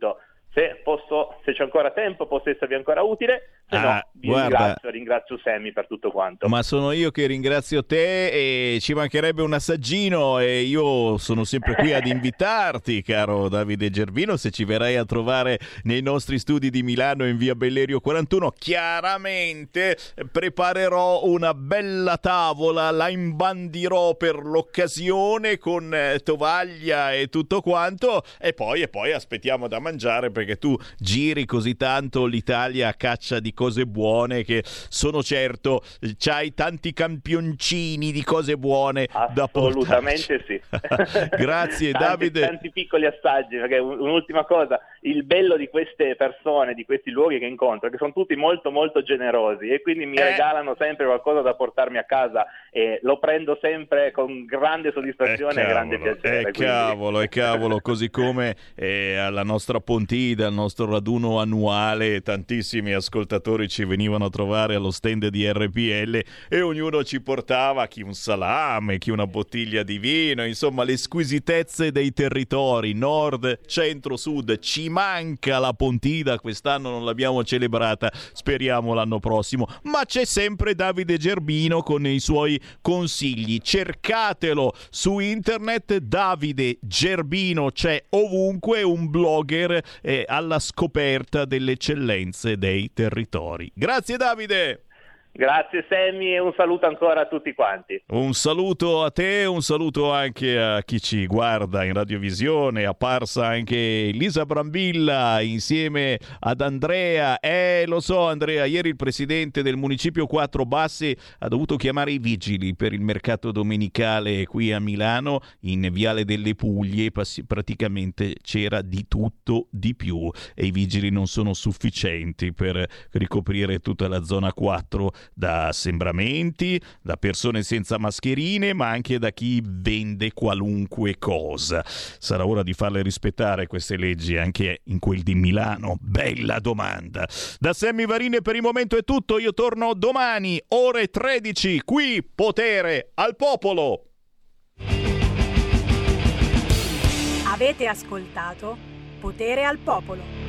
se posso, se c'è ancora tempo, posso esservi ancora utile, se ah, no vi guarda, ringrazio, ringrazio Sammy per tutto quanto. Ma sono io che ringrazio te, e ci mancherebbe un assaggino, e io sono sempre qui ad invitarti, caro Davide Gerbino, se ci verrai a trovare nei nostri studi di Milano in via Bellerio quarantuno. Chiaramente preparerò una bella tavola, la imbandirò per l'occasione con eh, tovaglia e tutto quanto, e poi, e poi aspettiamo da mangiare, perché tu giri così tanto l'Italia a caccia di cose buone che sono certo c'hai tanti campioncini di cose buone da portare. Assolutamente sì. Grazie tanti, Davide. Tanti piccoli assaggi, perché un'ultima cosa, il bello di queste persone, di questi luoghi che incontro, è che sono tutti molto molto generosi, e quindi mi eh. regalano sempre qualcosa da portarmi a casa, e lo prendo sempre con grande soddisfazione eh, e grande piacere. Eh, quindi... cavolo, e cavolo, così come eh, alla nostra Pontida, al nostro raduno annuale, tantissimi ascoltatori ci venivano a trovare allo stand di R P L, e ognuno ci portava chi un salame, chi una bottiglia di vino, insomma le squisitezze dei territori, nord, centro, sud. Ci manca la Pontida, quest'anno non l'abbiamo celebrata, speriamo l'anno prossimo, ma c'è sempre Davide Gerbino con i suoi consigli. Cercatelo su internet, Davide Gerbino c'è ovunque, un blogger eh, alla scoperta delle eccellenze dei territori. Grazie Davide! Grazie Sammy, e un saluto ancora a tutti quanti. Un saluto a te, un saluto anche a chi ci guarda in radiovisione. È apparsa anche Lisa Brambilla insieme ad Andrea. Eh, lo so Andrea, ieri il presidente del municipio Quattro Bassi ha dovuto chiamare i vigili per il mercato domenicale qui a Milano, in Viale delle Puglie. Praticamente c'era di tutto di più, e i vigili non sono sufficienti per ricoprire tutta la zona quattro da assembramenti, da persone senza mascherine, ma anche da chi vende qualunque cosa. Sarà ora di farle rispettare queste leggi anche in quel di Milano? Bella domanda. Da Sammy Varin per il momento è tutto, io torno domani ore tredici, qui Potere al Popolo. Avete ascoltato Potere al Popolo.